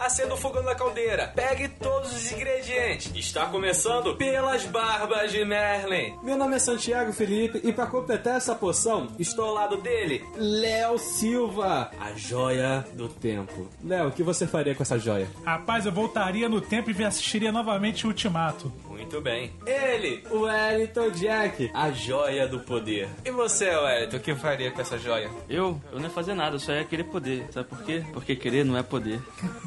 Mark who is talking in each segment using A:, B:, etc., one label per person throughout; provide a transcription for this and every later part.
A: acenda o fogão na caldeira, pegue todos os ingredientes. Está começando pelas barbas de Merlin.
B: Meu nome é Santiago Felipe e para completar essa poção,
A: estou ao lado dele,
B: Léo Silva, a joia do tempo. Léo, o que você faria com essa joia?
C: Rapaz, eu voltaria no tempo e assistiria novamente o Ultimato.
A: Muito bem. Ele,
B: o Wellington Jack,
A: a joia do poder. E você, Wellington, o que faria com essa joia?
D: Eu não ia fazer nada, eu só ia querer poder. Sabe por quê? Porque querer não é poder.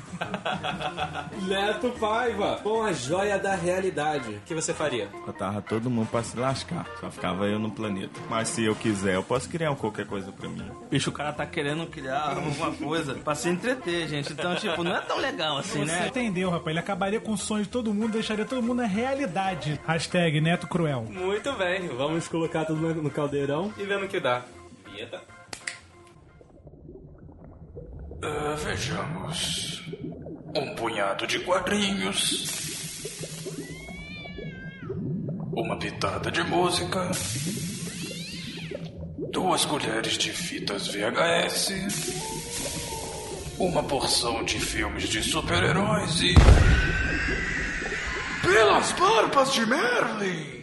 B: Neto Paiva, com a joia da realidade, o que você faria?
E: Botava todo mundo pra se lascar, só ficava eu no planeta. Mas se eu quiser, eu posso criar qualquer coisa pra mim.
D: Bicho, o cara tá querendo criar alguma coisa pra se entreter, gente. Então, tipo, não é tão legal assim, né?
C: Você entendeu, rapaz? Ele acabaria com o sonho de todo mundo, deixaria todo mundo na realidade. Hashtag Neto Cruel.
A: Muito bem,
B: Vamos colocar tudo no caldeirão
A: e vendo o que dá. Vinheta.
F: Vejamos. Um punhado de quadrinhos. Uma pitada de música. 2 colheres de fitas VHS. Uma porção de filmes de super-heróis e... Pelas barbas de Merlin!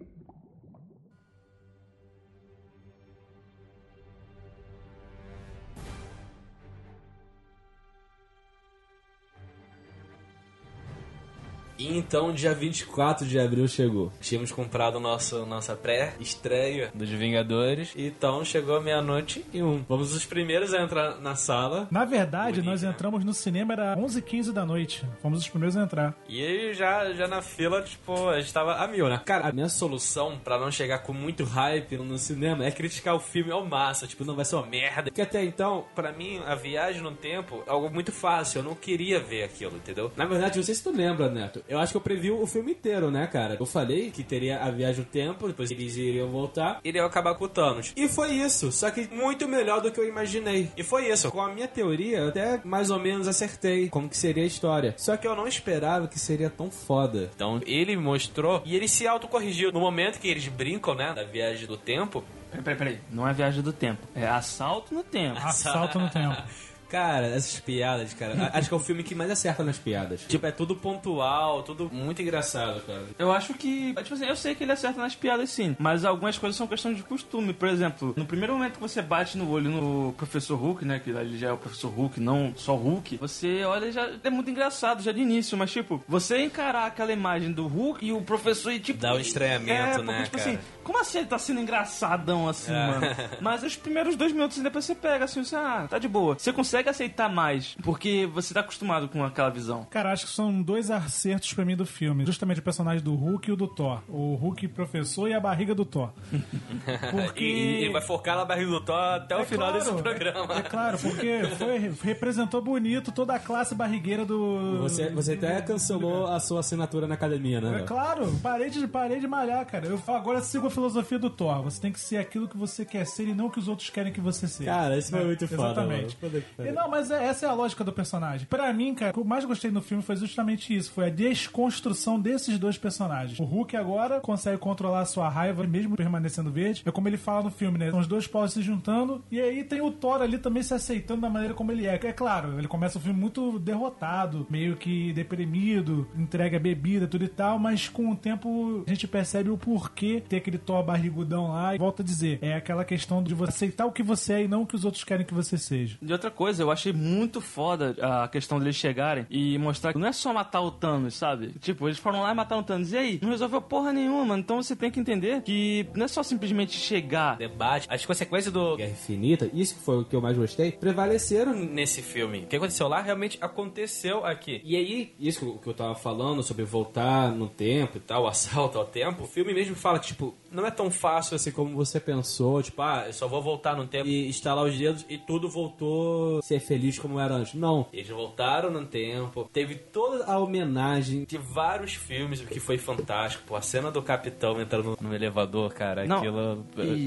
B: E então, dia 24 de abril chegou.
A: Tínhamos comprado nossa pré-estreia dos Vingadores. Então chegou meia-noite e 1. Fomos os primeiros a entrar na sala.
C: Na verdade, nós entramos no cinema, era 11h15 da noite. Fomos os primeiros a entrar.
A: E aí, já na fila, tipo, a gente tava a mil, né?
B: Cara, a minha solução pra não chegar com muito hype no cinema é criticar o filme ao máximo. Tipo, não vai ser uma merda. Porque até então,
A: pra mim, a viagem no tempo é algo muito fácil. Eu não queria ver aquilo, entendeu?
B: Na verdade, não sei se tu lembra, Neto. Eu acho que eu previ o filme inteiro, né, cara? Eu falei que teria a viagem no tempo, depois eles iriam voltar.
A: Ele ia acabar com o Thanos.
B: E foi isso, só que muito melhor do que eu imaginei.
A: E foi isso.
B: Com a minha teoria, eu até mais ou menos acertei como que seria a história. Só que eu não esperava que seria tão foda.
A: Então, ele mostrou e ele se autocorrigiu. No momento que eles brincam, né, da viagem do tempo...
D: Peraí. Não é viagem do tempo. É assalto no tempo.
C: Assalto no tempo.
B: Cara, essas piadas, cara, acho que é o filme que mais acerta nas piadas.
A: Tipo, é tudo pontual, tudo muito engraçado, cara.
D: Eu acho que, tipo assim, eu sei que ele acerta nas piadas sim, mas algumas coisas são questão de costume. Por exemplo, no primeiro momento que você bate no olho no Professor Hulk, né, que ele já é o Professor Hulk, não só Hulk, você olha, já é muito engraçado já de início, mas tipo, você encarar aquela imagem do Hulk e o professor e tipo...
A: Dá um estranhamento, né,
D: tipo
A: cara?
D: Assim, como assim ele tá sendo engraçadão assim, mano? Mas os primeiros 2 minutos depois você pega assim, você, tá de boa. Você consegue aceitar mais, porque você tá acostumado com aquela visão.
C: Cara, acho que são 2 acertos pra mim do filme. Justamente o personagem do Hulk e o do Thor. O Hulk professor e a barriga do Thor.
A: Porque... E ele vai focar na barriga do Thor até o final desse programa.
C: É claro, porque representou bonito toda a classe barrigueira do...
B: Você até cancelou a sua assinatura na academia, né?
C: É claro, parei de malhar, cara. Eu agora sigo a filosofia do Thor. Você tem que ser aquilo que você quer ser e não o que os outros querem que você seja.
B: Cara, isso foi muito foda.
C: Exatamente. Não, mas essa é a lógica do personagem. Pra mim, cara, o que eu mais gostei no filme foi justamente isso. Foi a desconstrução desses 2 personagens. O Hulk agora consegue controlar a sua raiva, mesmo permanecendo verde. É como ele fala no filme, né? São os 2 povos se juntando. E aí tem o Thor ali também se aceitando da maneira como ele é. É claro, ele começa o filme muito derrotado, meio que deprimido, entrega bebida, tudo e tal. Mas com o tempo a gente percebe o porquê ter aquele Thor barrigudão lá. E volta a dizer, é aquela questão de você aceitar o que você é e não o que os outros querem que você seja.
D: E outra coisa, eu achei muito foda a questão deles chegarem e mostrar que não é só matar o Thanos, sabe? Tipo, eles foram lá e mataram o Thanos. E aí? Não resolveu porra nenhuma, mano. Então você tem que entender que não é só simplesmente chegar.
A: Debate, as consequências do
B: Guerra Infinita, isso que foi o que eu mais gostei, prevaleceram
A: nesse filme. O que aconteceu lá realmente aconteceu aqui. E aí,
B: isso que eu tava falando sobre voltar no tempo e tal, o assalto ao tempo, o filme mesmo fala que, tipo, não é tão fácil assim como você pensou, tipo, eu só vou voltar no tempo e estalar os dedos e tudo voltou a ser feliz como era antes. Não. Eles voltaram no tempo, teve toda a homenagem
A: de vários filmes, o que foi fantástico. Pô, a cena do Capitão entrando no elevador, cara,
D: não,
A: aquilo...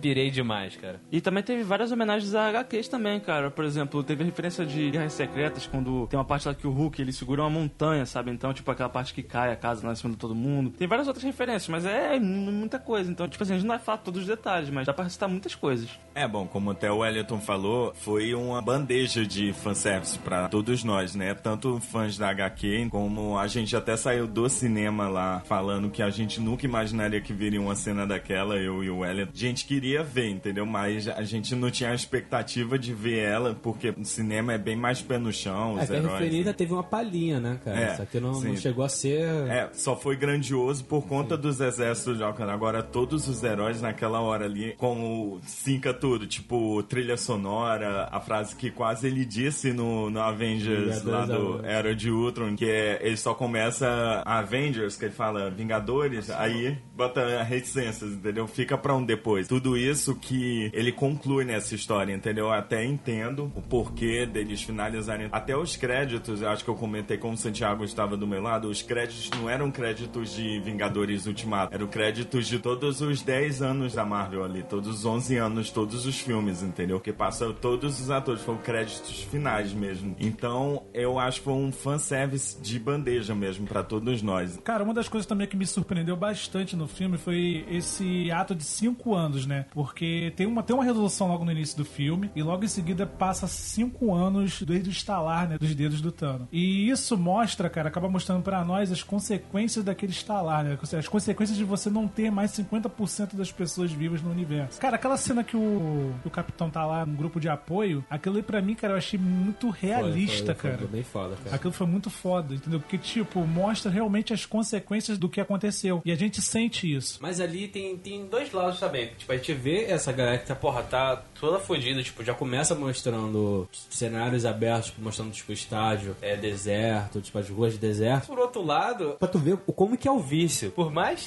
A: pirei demais, cara.
D: E também teve várias homenagens a HQs também, cara. Por exemplo, teve a referência de Guerras Secretas, quando tem uma parte lá que o Hulk, ele segura uma montanha, sabe? Então, tipo, aquela parte que cai a casa lá em cima de todo mundo. Tem várias outras referências, mas é muita coisa. Então, tipo assim, a gente não vai falar todos os detalhes, mas dá pra citar muitas coisas.
E: Bom, como até o Wellington falou, foi uma bandeja de fanservice pra todos nós, né? Tanto fãs da HQ, como a gente até saiu do cinema lá falando que a gente nunca imaginaria que viria uma cena daquela, eu e o Wellington. A gente queria ver, entendeu? Mas a gente não tinha a expectativa de ver ela, porque o cinema é bem mais pé no chão, os
B: que a
E: heróis.
B: referida teve uma palhinha, né, cara? Isso aqui não chegou a ser...
E: Só foi grandioso por conta dos exércitos de Alcântara. Agora, todos os heróis naquela hora ali, como sinca tudo, tipo, trilha sonora, a frase que quase ele disse no Avengers, lá do Era de Ultron, que ele só começa Avengers, que ele fala Vingadores, aí bota reticências, entendeu? Fica pra um depois. Tudo isso que ele conclui nessa história, entendeu? Eu até entendo o porquê deles finalizarem. Até os créditos, eu acho que eu comentei como o Santiago estava do meu lado, os créditos não eram créditos de Vingadores Ultimato, eram créditos de todos os 10 anos da Marvel ali, todos os 11 anos, todos os filmes, entendeu? Que passam todos os atores, foram créditos finais mesmo. Então, eu acho que foi um fanservice de bandeja mesmo pra todos nós.
C: Cara, uma das coisas também que me surpreendeu bastante no filme foi esse ato de 5 anos, né? Porque tem uma resolução logo no início do filme e logo em seguida passa 5 anos desde o estalar, né, dos dedos do Thanos. E isso mostra, cara, acaba mostrando pra nós as consequências daquele estalar, né? As consequências de você não ter mais 50% das pessoas vivas no universo. Cara, aquela cena que o Capitão tá lá num grupo de apoio, aquilo ali pra mim, cara, eu achei muito realista, cara.
B: Foi bem foda, cara.
C: Aquilo foi muito foda, entendeu? Porque, tipo, mostra realmente as consequências do que aconteceu. E a gente sente isso.
A: Mas ali tem dois lados também. Tipo, a gente vê essa galera que tá toda fodida, tipo, já
B: Começa mostrando cenários abertos, tipo, mostrando, tipo, estádio, deserto, tipo, as ruas de deserto.
A: Por outro lado,
B: Pra tu ver como que é o vício.
A: por mais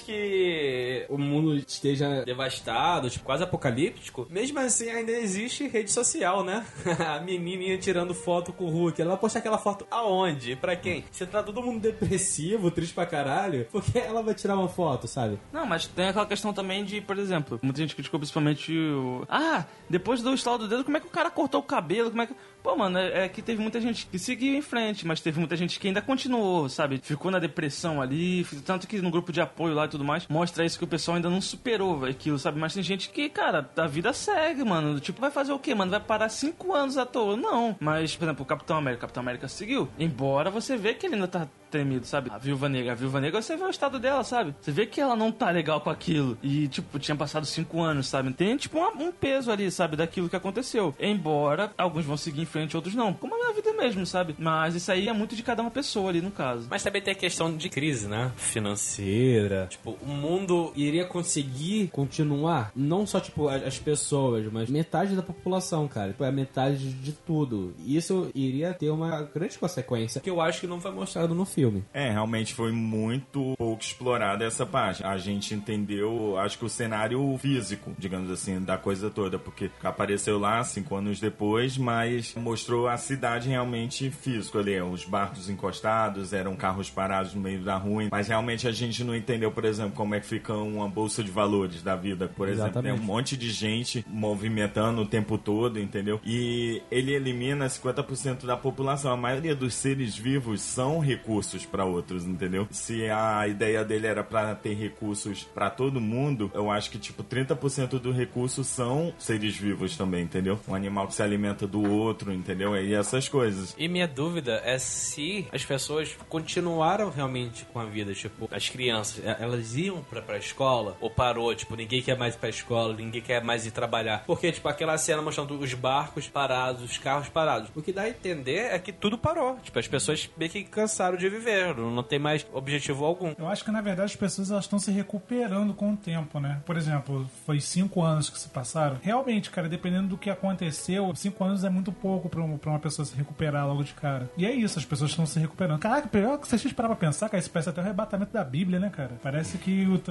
A: que
B: O mundo esteja devastado, tipo, quase apocalíptico, mesmo assim ainda existe rede social, né? A menininha tirando foto com o Hulk, ela vai postar aquela foto
A: aonde? Pra quem?
B: Você tá todo mundo depressivo, triste pra caralho, porque ela vai tirar uma foto, sabe?
D: Não, mas tem aquela questão também de, por exemplo, muita gente criticou principalmente o... depois do estalo do dedo, como é que o cara cortou o cabelo? Como é que... Pô, mano, é que teve muita gente que seguiu em frente, mas teve muita gente que ainda continuou, sabe? Ficou na depressão ali, tanto que no grupo de apoio lá e tudo mais, mostra isso que o pessoal ainda não superou aquilo, sabe? Mas tem gente que, cara, a vida segue, mano. Tipo, vai fazer o quê, mano? Vai parar 5 anos à toa? Não. Mas, por exemplo, o Capitão América seguiu. Embora você vê que ele ainda tá tremido, sabe? A Viúva Negra, você vê o estado dela, sabe? Você vê que ela não tá legal com aquilo. E, tipo, tinha passado 5 anos, sabe? Tem, tipo, um peso ali, sabe? Daquilo que aconteceu. Embora alguns vão seguir em frente, outros não. Como a minha vida mesmo, sabe? Mas isso aí é muito de cada uma pessoa ali, no caso.
A: Mas também tem a questão de crise, né? Financeira.
B: Tipo, o mundo iria conseguir continuar, não só, tipo, as pessoas, mas metade da população, cara. Tipo, é metade de tudo. Isso iria ter uma grande consequência, que eu acho que não foi mostrado no filme.
E: Realmente foi muito pouco explorada essa parte. A gente entendeu, acho que o cenário físico, digamos assim, da coisa toda, porque apareceu lá 5 anos depois, mas mostrou a cidade realmente físico ali, os barcos encostados, eram carros parados no meio da rua, mas realmente a gente não entendeu, por exemplo, como é que fica uma bolsa de valores da vida, por exemplo.
B: Exatamente.
E: Tem um monte de gente movimentando o tempo todo, entendeu? E ele elimina 50% da população. A maioria dos seres vivos são recursos para outros, entendeu? Se a ideia dele era para ter recursos para todo mundo, eu acho que tipo 30% do recurso são seres vivos também, entendeu? Um animal que se alimenta do outro, entendeu? E essas coisas.
A: E minha dúvida é se as pessoas continuaram realmente com a vida, tipo, as crianças, elas iam pra escola ou parou, tipo, ninguém quer mais ir pra escola, ninguém quer mais ir trabalhar. Porque, tipo, aquela cena mostrando os barcos parados, os carros parados. O que dá a entender é que tudo parou. Tipo, as pessoas meio que cansaram de viver, não tem mais objetivo algum.
C: Eu acho que, na verdade, as pessoas elas estão se recuperando com o tempo, né? Por exemplo, foi 5 anos que se passaram. Realmente, cara, dependendo do que aconteceu, 5 anos é muito pouco pra uma pessoa se recuperar logo de cara. E é isso, as pessoas estão se recuperando. Caraca, pior que vocês pararam pra pensar, cara, isso parece até o arrebatamento da Bíblia, né, cara? Parece que o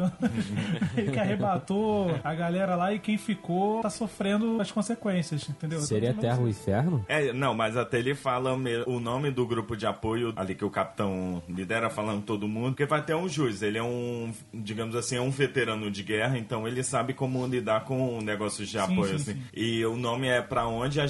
C: que arrebatou a galera lá e quem ficou tá sofrendo as consequências, entendeu?
B: Seria Terra o Inferno?
E: Não, mas até ele fala o nome do grupo de apoio ali que o Capitão Capitão lidera falando todo mundo, porque vai ter um juiz, ele é um, digamos assim, é um veterano de guerra, então ele sabe como lidar com negócios de apoio, assim. E o nome é Pra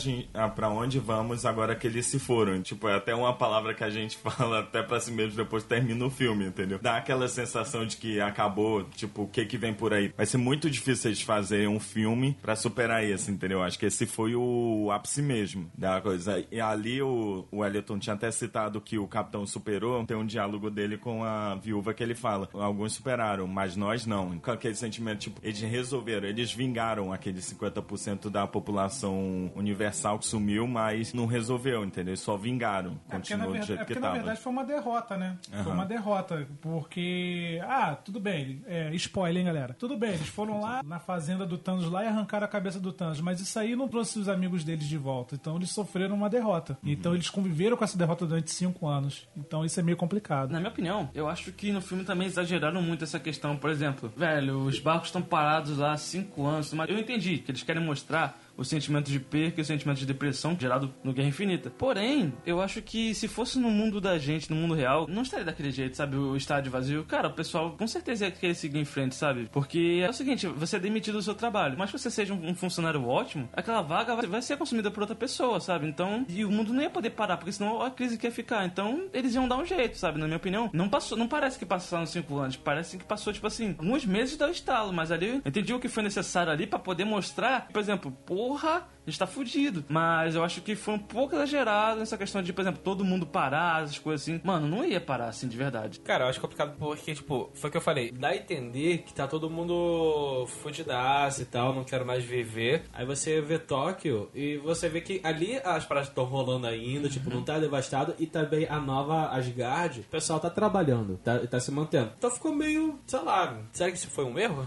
E: Onde Vamos Agora Que Eles Se Foram. Tipo, é até uma palavra que a gente fala até pra si mesmo depois que termina o filme, entendeu? Dá aquela sensação de que acabou, tipo, o que vem por aí. Vai ser muito difícil eles fazerem um filme pra superar isso, entendeu? Acho que esse foi o ápice mesmo da coisa. E ali o Elliot tinha até citado que o Capitão superou, tem um diálogo dele com a viúva que ele fala, alguns superaram, mas nós não. Com aquele sentimento, tipo, eles resolveram, eles vingaram aqueles 50% da população universal que sumiu, mas não resolveu, entendeu? Eles só vingaram. Continuou do jeito que tava.
C: Na verdade foi uma derrota, né? Foi uma derrota, porque... tudo bem, spoiler, hein, galera? Tudo bem, eles foram lá na fazenda do Thanos lá e arrancaram a cabeça do Thanos, mas isso aí não trouxe os amigos deles de volta, então eles sofreram uma derrota. Então eles conviveram com essa derrota durante 5 anos. Então isso é meio complicado.
D: Na minha opinião, eu acho que no filme também exageraram muito essa questão. Por exemplo, velho, os barcos estão parados lá há 5 anos, mas eu entendi que eles querem mostrar o sentimento de perca e o sentimento de depressão gerado no Guerra Infinita. Porém, eu acho que se fosse no mundo da gente, no mundo real, não estaria daquele jeito, sabe? O estádio vazio. Cara, o pessoal com certeza ia querer seguir em frente, sabe? Porque é o seguinte, você é demitido do seu trabalho, mas que você seja um funcionário ótimo, aquela vaga vai ser consumida por outra pessoa, sabe? Então, e o mundo não ia poder parar, porque senão a crise quer ficar. Então, eles iam dar um jeito, sabe? Na minha opinião, não parece que passaram 5 anos, parece que passou, tipo assim, alguns meses do estalo, mas ali eu entendi o que foi necessário ali pra poder mostrar, por exemplo, porra, a gente tá fudido. Mas eu acho que foi um pouco exagerado nessa questão de, por exemplo, todo mundo parar, essas coisas assim. Mano, não ia parar assim de verdade.
A: Cara, eu acho complicado porque, tipo, foi o que eu falei. Dá a entender que tá todo mundo fudidaço e tal, não quero mais viver. Aí você vê Tóquio e você vê que ali as paradas estão rolando ainda, tipo, não tá devastado. E também a nova Asgard, o pessoal tá trabalhando, tá se mantendo. Então ficou meio, sei lá, será que isso foi um erro?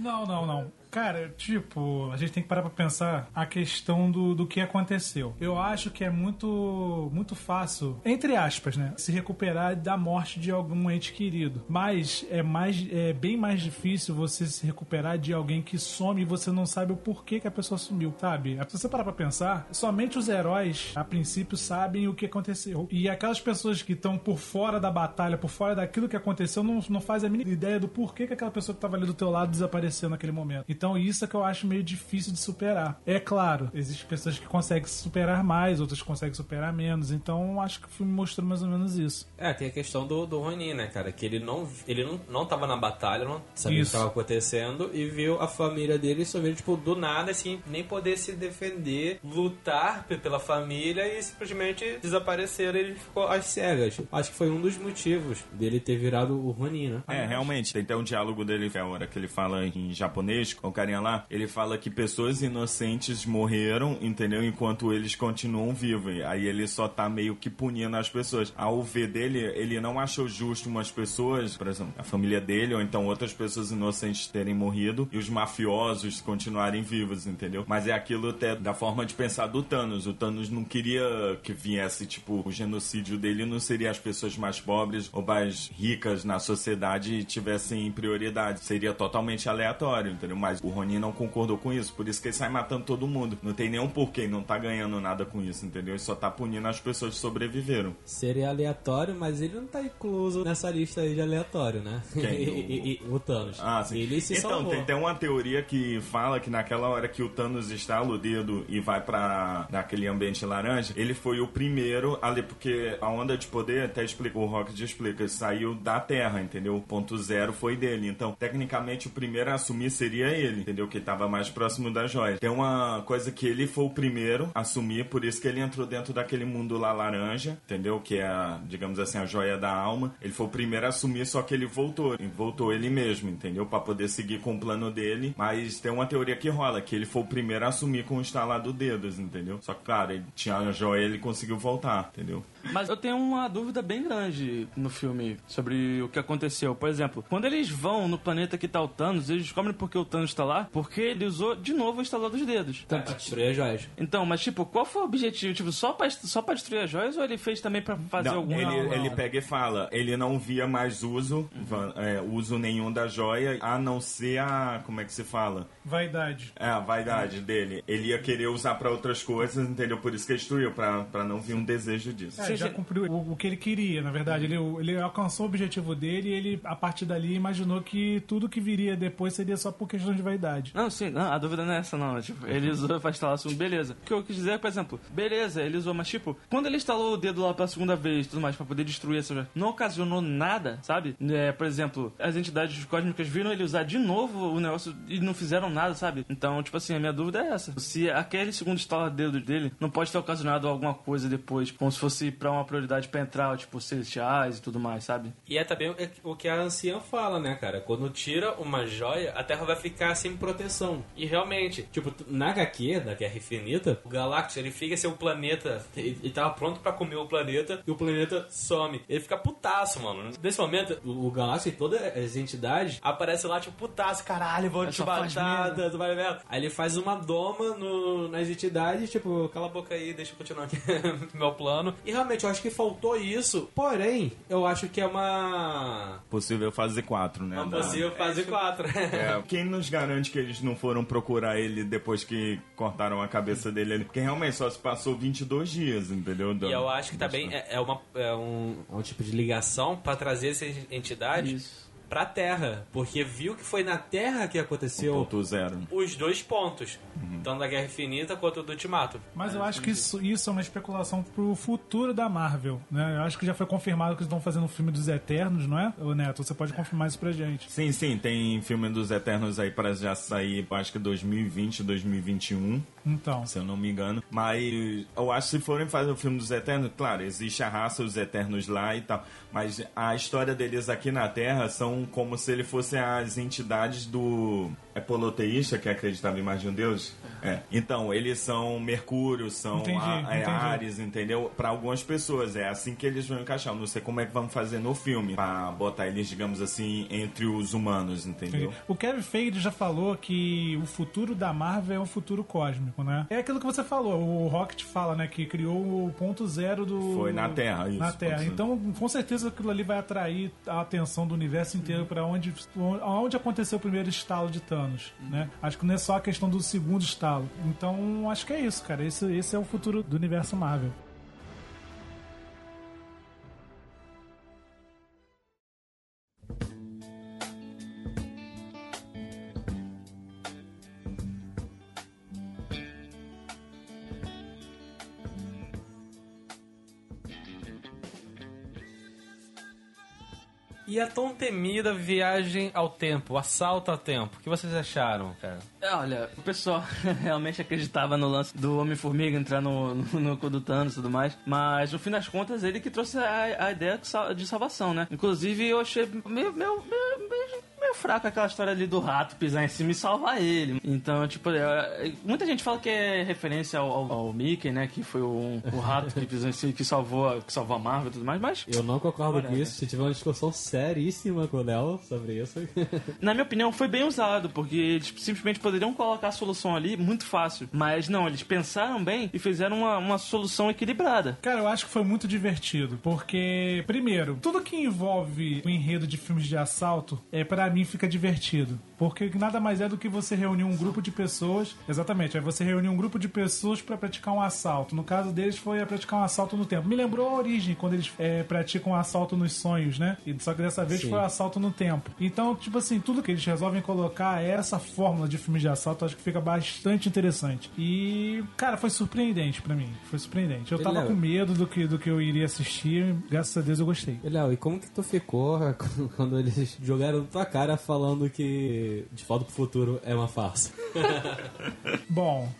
C: Não. Cara, tipo, a gente tem que parar pra pensar a questão do que aconteceu. Eu acho que é muito fácil, entre aspas, né, se recuperar da morte de algum ente querido. Mas é bem mais difícil você se recuperar de alguém que some e você não sabe o porquê que a pessoa sumiu, sabe? Se você parar pra pensar, somente os heróis, a princípio, sabem o que aconteceu. E aquelas pessoas que estão por fora da batalha, por fora daquilo que aconteceu, não fazem a mínima ideia do porquê que aquela pessoa que tava ali do teu lado desapareceu naquele momento. Então isso é que eu acho meio difícil de superar. É claro, existem pessoas que conseguem superar mais, outras conseguem superar menos. Então acho que o filme mostrou mais ou menos isso.
A: Tem a questão do Ronin, né, cara? Que ele não tava na batalha, não sabia o que tava acontecendo e viu a família dele só veio, tipo, do nada, assim, nem poder se defender, lutar pela família e simplesmente desaparecer. Ele ficou às cegas. Acho que foi um dos motivos dele ter virado o Ronin, né?
E: Realmente. Tem até um diálogo dele, que é a hora que ele fala em japonês, com o carinha lá, ele fala que pessoas inocentes morreram, entendeu? Enquanto eles continuam vivos. Aí ele só tá meio que punindo as pessoas. Ao ver dele, ele não achou justo umas pessoas, por exemplo, a família dele, ou então outras pessoas inocentes terem morrido e os mafiosos continuarem vivos, entendeu? Mas é aquilo até da forma de pensar do Thanos. O Thanos não queria que viesse, tipo, o genocídio dele não seria as pessoas mais pobres ou mais ricas na sociedade tivessem prioridade. Seria totalmente aleatório, entendeu? Mas o Ronin não concordou com isso, por isso que ele sai matando todo mundo. Não tem nenhum porquê, não tá ganhando nada com isso, entendeu? Ele só tá punindo as pessoas que sobreviveram.
B: Seria aleatório, mas ele não tá incluso nessa lista aí de aleatório, né?
E: Quem?
B: O Thanos.
E: Sim.
B: Ele se
E: então,
B: salvou.
E: tem até uma teoria que fala que naquela hora que o Thanos estala o dedo e vai pra naquele ambiente laranja, ele foi o primeiro ali, porque a onda de poder, até explicou, o Rocket explica, saiu da Terra, entendeu? O ponto zero foi dele. Então, tecnicamente, o primeiro a assumir seria ele, entendeu? Que estava mais próximo da joia. Tem uma coisa que ele foi o primeiro a assumir, por isso que ele entrou dentro daquele mundo lá laranja, entendeu? Que é, digamos assim, a joia da alma. Ele foi o primeiro a assumir, só que ele voltou ele mesmo, entendeu? Pra poder seguir com o plano dele. Mas tem uma teoria que rola, que ele foi o primeiro a assumir com o estalar do dedos, entendeu? Só que, cara, ele tinha a joia e ele conseguiu voltar, entendeu?
D: Mas eu tenho uma dúvida bem grande no filme sobre o que aconteceu. Por exemplo, quando eles vão no planeta que tá o Thanos, eles descobrem porque o Thanos instalar, porque ele usou de novo o instalador dos dedos.
B: Pra destruir as joias.
D: Então, mas tipo, qual foi o objetivo? Tipo, só pra destruir as joias ou ele fez também pra fazer algum...
E: Ele pega e fala, ele não via mais uso nenhum da joia, a não ser a... como é que se fala?
C: Vaidade.
E: A vaidade dele. Ele ia querer usar pra outras coisas, entendeu? Por isso que ele destruiu, pra não vir um desejo disso.
C: Já cumpriu o que ele queria, na verdade. Ele alcançou o objetivo dele e ele, a partir dali, imaginou que tudo que viria depois seria só por questão de vaidade.
D: Não, sim, não, a dúvida não é essa, não. Tipo, ele usou pra instalar assunto, beleza. O que eu quis dizer, por exemplo, beleza, ele usou, mas tipo, quando ele instalou o dedo lá pela segunda vez e tudo mais, pra poder destruir essa joia, não ocasionou nada, sabe? Por exemplo, as entidades cósmicas viram ele usar de novo o negócio e não fizeram nada, sabe? Então, tipo assim, a minha dúvida é essa. Se aquele segundo instalar dedo dele não pode ter ocasionado alguma coisa depois, como se fosse pra uma prioridade pra entrar, tipo, celestiais e tudo mais, sabe?
A: E é também o que a anciã fala, né, cara? Quando tira uma joia, a Terra vai ficar sem proteção. E realmente, tipo, na HQ, da Guerra Infinita, o Galactus, ele fica sem o planeta, ele tava pronto pra comer o planeta, e o planeta some. Ele fica putaço, mano. Nesse momento, o Galactus e todas as entidades aparecem lá, tipo, putaço, caralho, vão te matar, tu vai ver. Aí ele faz uma doma nas entidades, tipo, cala a boca aí, deixa eu continuar aqui meu plano. E realmente, eu acho que faltou isso, porém, eu acho que é uma...
E: possível fase 4, né?
A: Uma possível fase 4.
E: Quem nos garante que eles não foram procurar ele depois que cortaram a cabeça dele ali? Porque realmente só se passou 22 dias, entendeu?
A: E eu acho que também é um tipo de ligação pra trazer essas entidades pra Terra, porque viu que foi na Terra que aconteceu
E: ponto zero.
A: Os dois pontos, tanto da Guerra Infinita quanto do Ultimato.
C: Mas eu acho que isso é uma especulação pro futuro da Marvel, né? Eu acho que já foi confirmado que eles estão fazendo um filme dos Eternos, não é? Ô Neto, você pode confirmar isso pra gente.
E: Sim, tem filme dos Eternos aí para já sair, acho que 2020, 2021.
C: Então.
E: Se eu não me engano. Mas eu acho que se forem fazer o filme dos Eternos, claro, existe a raça, os Eternos lá e tal, mas a história deles aqui na Terra são como se ele fossem as entidades do... é poloteísta que acreditava em mais de um deus? Então, eles são Mercúrio, são
C: entendi.
E: Ares, entendeu? Para algumas pessoas, é assim que eles vão encaixar. Eu não sei como é que vão fazer no filme, pra botar eles, digamos assim, entre os humanos, entendeu?
C: O Kevin Feige já falou que o futuro da Marvel é um futuro cósmico, né? É aquilo que você falou, o Rocket fala, né, que criou o ponto zero do...
E: foi na Terra, isso.
C: Na Terra. Então, com certeza aquilo ali vai atrair a atenção do universo inteiro pra onde aconteceu o primeiro estalo de Thanos, né? Acho que não é só a questão do segundo estalo. Então, acho que é isso, cara. Esse é o futuro do universo Marvel.
A: E a tão temida viagem ao tempo, o assalto ao tempo, o que vocês acharam, cara?
D: Olha, o pessoal realmente acreditava no lance do Homem-Formiga entrar no cu do Thanos e tudo mais, mas no fim das contas ele que trouxe a ideia de salvação, né? Inclusive eu achei meio fraca aquela história ali do rato pisar em cima e salvar ele. Então, tipo, muita gente fala que é referência ao Mickey, né? Que foi o rato que pisou em cima, que salvou a Marvel e tudo mais, mas...
B: Eu não concordo com isso. Se tiver uma discussão seríssima com o Léo sobre isso.
D: Na minha opinião, foi bem usado, porque eles simplesmente poderiam colocar a solução ali muito fácil. Mas não, eles pensaram bem e fizeram uma solução equilibrada.
C: Cara, eu acho que foi muito divertido, porque, primeiro, tudo que envolve o enredo de filmes de assalto, pra mim fica divertido. Porque nada mais é do que você reunir um grupo de pessoas. Exatamente, é você reunir um grupo de pessoas pra praticar um assalto. No caso deles foi praticar um assalto no tempo. Me lembrou a Origem, quando eles praticam um assalto nos sonhos, né? Só que dessa vez foi um assalto no tempo. Então, tipo assim, tudo que eles resolvem colocar é essa fórmula de filme de assalto. Acho que fica bastante interessante. E, cara, foi surpreendente pra mim. Foi surpreendente. Eu tava com medo do que eu iria assistir. Graças a Deus eu gostei.
B: Léo, e como que tu ficou quando eles jogaram na tua cara falando que De Volta pro Futuro é uma farsa?
C: Bom...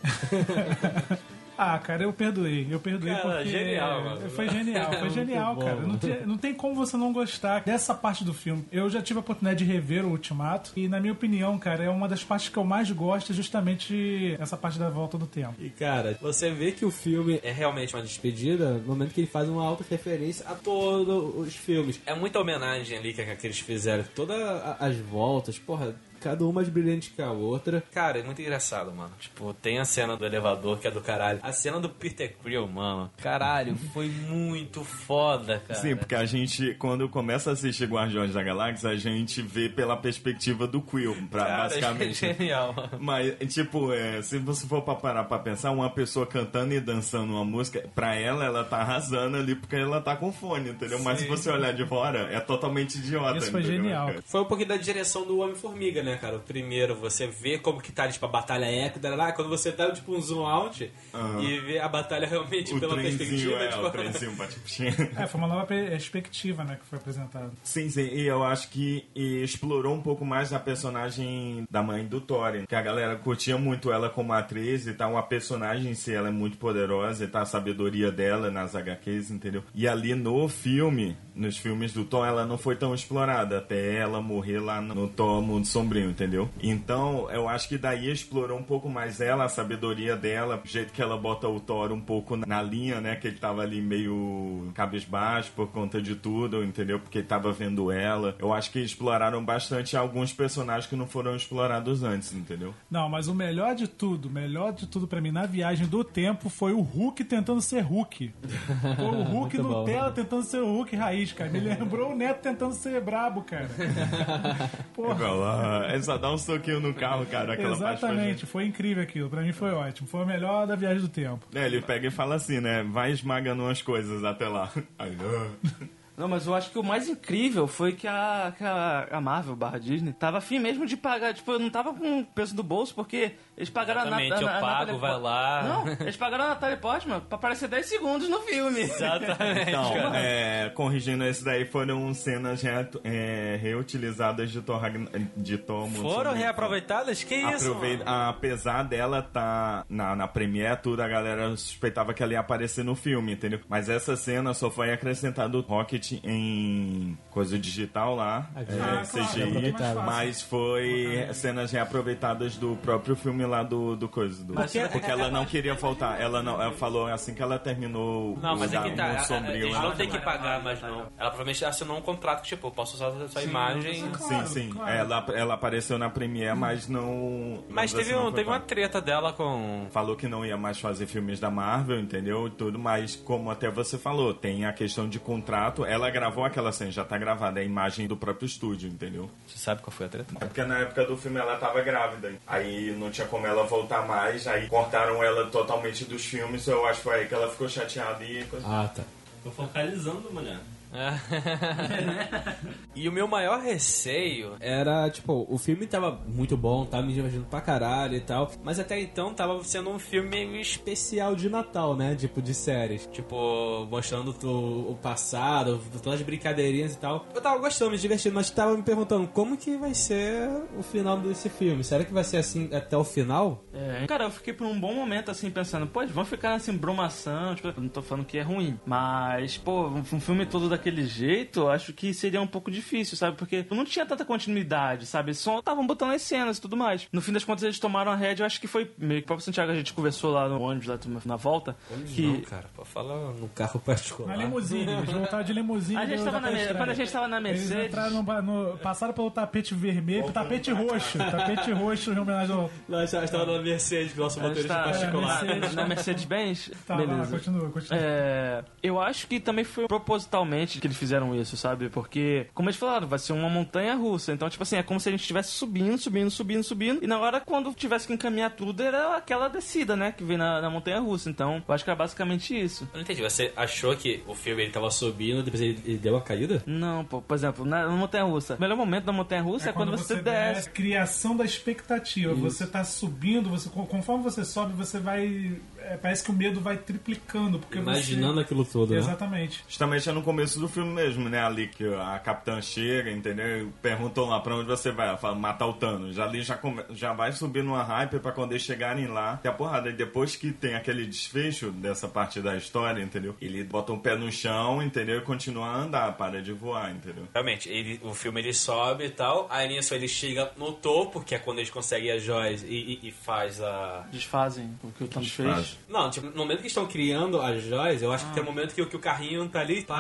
C: cara, eu perdoei
A: Cara,
C: porque...
A: genial, mano.
C: Foi genial,
B: bom,
C: cara. Não tem como você não gostar dessa parte do filme. Eu já tive a oportunidade de rever o Ultimato e, na minha opinião, cara, é uma das partes que eu mais gosto, é justamente essa parte da volta do tempo.
B: E, cara, você vê que o filme é realmente uma despedida no momento que ele faz uma alta referência a todos os filmes.
A: É muita homenagem ali que eles fizeram.
B: Todas as voltas, porra, cada uma mais brilhante que a outra.
A: Cara, é muito engraçado, mano. Tipo, tem a cena do elevador que é do caralho. A cena do Peter Quill, mano. Caralho, foi muito foda, cara.
E: Sim, porque a gente, quando começa a assistir Guardiões da Galáxia, a gente vê pela perspectiva do Quill, basicamente.
A: É genial, mano.
E: Mas, tipo, se você for pra parar pra pensar, uma pessoa cantando e dançando uma música, pra ela tá arrasando ali porque ela tá com fone, entendeu? Mas se você olhar de fora, é totalmente idiota.
C: Isso foi
E: entendeu?
C: genial.
B: Foi um pouquinho da direção do Homem-Formiga, né, cara? O primeiro, você vê como que tá, tipo, a batalha épica, quando você dá, tipo, um zoom out e vê a batalha realmente
E: O
B: pela
E: trenzinho,
B: perspectiva. Tipo...
E: o trenzinho bate
C: Foi uma nova perspectiva, né, que foi apresentada.
E: Sim, e eu acho que explorou um pouco mais a personagem da mãe do Thor, que a galera curtia muito ela como atriz e tal, a personagem em si, ela é muito poderosa e tá a sabedoria dela nas HQs, entendeu? E ali no filme, nos filmes do Thor, ela não foi tão explorada, até ela morrer lá no Thor Mundo Sombrio, entendeu? Então, eu acho que daí explorou um pouco mais ela, a sabedoria dela, o jeito que ela bota o Thor um pouco na linha, né, que ele tava ali meio cabisbaixo por conta de tudo, entendeu? Porque ele tava vendo ela. Eu acho que exploraram bastante alguns personagens que não foram explorados antes, entendeu?
C: Não, mas o melhor de tudo pra mim na viagem do tempo foi o Hulk tentando ser Hulk. Foi o Hulk Nutella tentando ser o Hulk raiz, cara. Me lembrou o Neto tentando ser brabo, cara.
E: Porra. Ele só dá um soquinho no carro, cara. Aquela
C: Exatamente, foi incrível aquilo. Pra mim foi ótimo. Foi o melhor da viagem do tempo.
E: Ele pega e fala assim, né? Vai esmagando umas coisas até lá. Aí,
D: Não, mas eu acho que o mais incrível foi que a Marvel / Disney tava afim mesmo de pagar. Tipo, eu não tava com o peso do bolso, porque eles pagaram
A: Exatamente, eu pago, vai lá.
D: Não, eles pagaram a Natalie Portman pra aparecer 10 segundos no filme.
A: Exatamente.
E: Então, corrigindo esse daí, foram cenas reutilizadas de Thor Mundo
A: Foram
E: Sombrio.
A: reaproveitadas? Que isso, mano?
E: Apesar dela tá na Premiere, tudo, a galera suspeitava que ela ia aparecer no filme, entendeu? Mas essa cena só foi acrescentado o Rocket em coisa digital lá, CGI, mas foi cenas reaproveitadas do próprio filme lá do coisa. Porque ela não queria voltar. Ela falou assim que ela terminou.
A: Não, mas é que tá.
E: Sombrio,
A: Eles não tem que pagar mais, não. Ela provavelmente assinou um contrato que, tipo, eu posso usar a sua imagem.
E: Sim. Ela apareceu na Premiere, mas não.
A: Mas teve uma treta dela com.
E: Falou que não ia mais fazer filmes da Marvel, entendeu? E tudo, mas como até você falou, tem a questão de contrato. Ela gravou aquela cena, já tá gravada, é a imagem do próprio estúdio, entendeu?
A: Você sabe qual foi a treta?
E: É porque na época do filme ela tava grávida. Aí não tinha como ela voltar mais, aí cortaram ela totalmente dos filmes. Eu acho que foi aí que ela ficou chateada e coisa.
B: Ah, tá.
G: Tô focalizando, mulher.
A: E o meu maior receio
B: era, tipo, o filme tava muito bom, tava me divertindo pra caralho e tal, mas até então tava sendo um filme meio especial de Natal, né? Tipo, de séries. Tipo, mostrando o passado, todas as brincadeirinhas e tal. Eu tava gostando, me divertindo, mas tava me perguntando como que vai ser o final desse filme. Será que vai ser assim até o final?
D: Cara, eu fiquei por um bom momento assim, pensando, pô, eles vão ficar nessa embromação, tipo, eu não tô falando que é ruim, mas, pô, um filme todo daquele jeito, eu acho que seria um pouco difícil, sabe? Porque não tinha tanta continuidade, sabe? Eles só estavam botando as cenas e tudo mais. No fim das contas, eles tomaram a rédea, eu acho que foi meio que o próprio Santiago, a gente conversou lá no ônibus, lá na volta. Que...
A: Não, cara, pode falar no carro particular.
C: Na limusine, eles voltaram de limusine.
D: Quando a gente tava na Mercedes...
C: Eles entraram passaram pelo tapete vermelho, pro tapete roxo. Tapete roxo em homenagem ao...
B: Nós estávamos na Mercedes, nosso motorista particular.
D: Na Mercedes-Benz?
C: Tá, beleza. Continua.
D: Eu acho que também foi propositalmente que eles fizeram isso, sabe? Porque, como eles falaram, vai ser uma montanha russa. Então, tipo assim, é como se a gente estivesse subindo. E na hora, quando tivesse que encaminhar tudo, era aquela descida, né? Que vem na montanha russa. Então, eu acho que é basicamente isso.
A: Eu não entendi. Você achou que o filme ele tava subindo, depois ele deu uma caída?
D: Não, pô. Por exemplo, na montanha russa. O melhor momento da montanha russa é quando você desce.
C: Criação da expectativa. Isso. Você tá subindo, conforme você sobe, você vai... parece que o medo vai triplicando. Porque
B: imaginando aquilo tudo, né?
C: Exatamente.
E: Justamente é no começo do filme mesmo, né? Ali que a capitã chega, entendeu? Perguntam lá pra onde você vai. Ela fala, matar o Thanos. Já vai subir numa hype pra quando eles chegarem lá. E a porrada. E depois que tem aquele desfecho dessa parte da história, entendeu? Ele bota um pé no chão, entendeu? E continua a andar, para de voar, entendeu?
A: Realmente, o filme ele sobe e tal. Aí nisso ele chega no topo, que é quando eles conseguem as joias e faz a...
D: Desfazem o que o Thanos fez.
A: Não, tipo, no momento que estão criando as joias, eu acho que tem um momento que o carrinho tá ali parado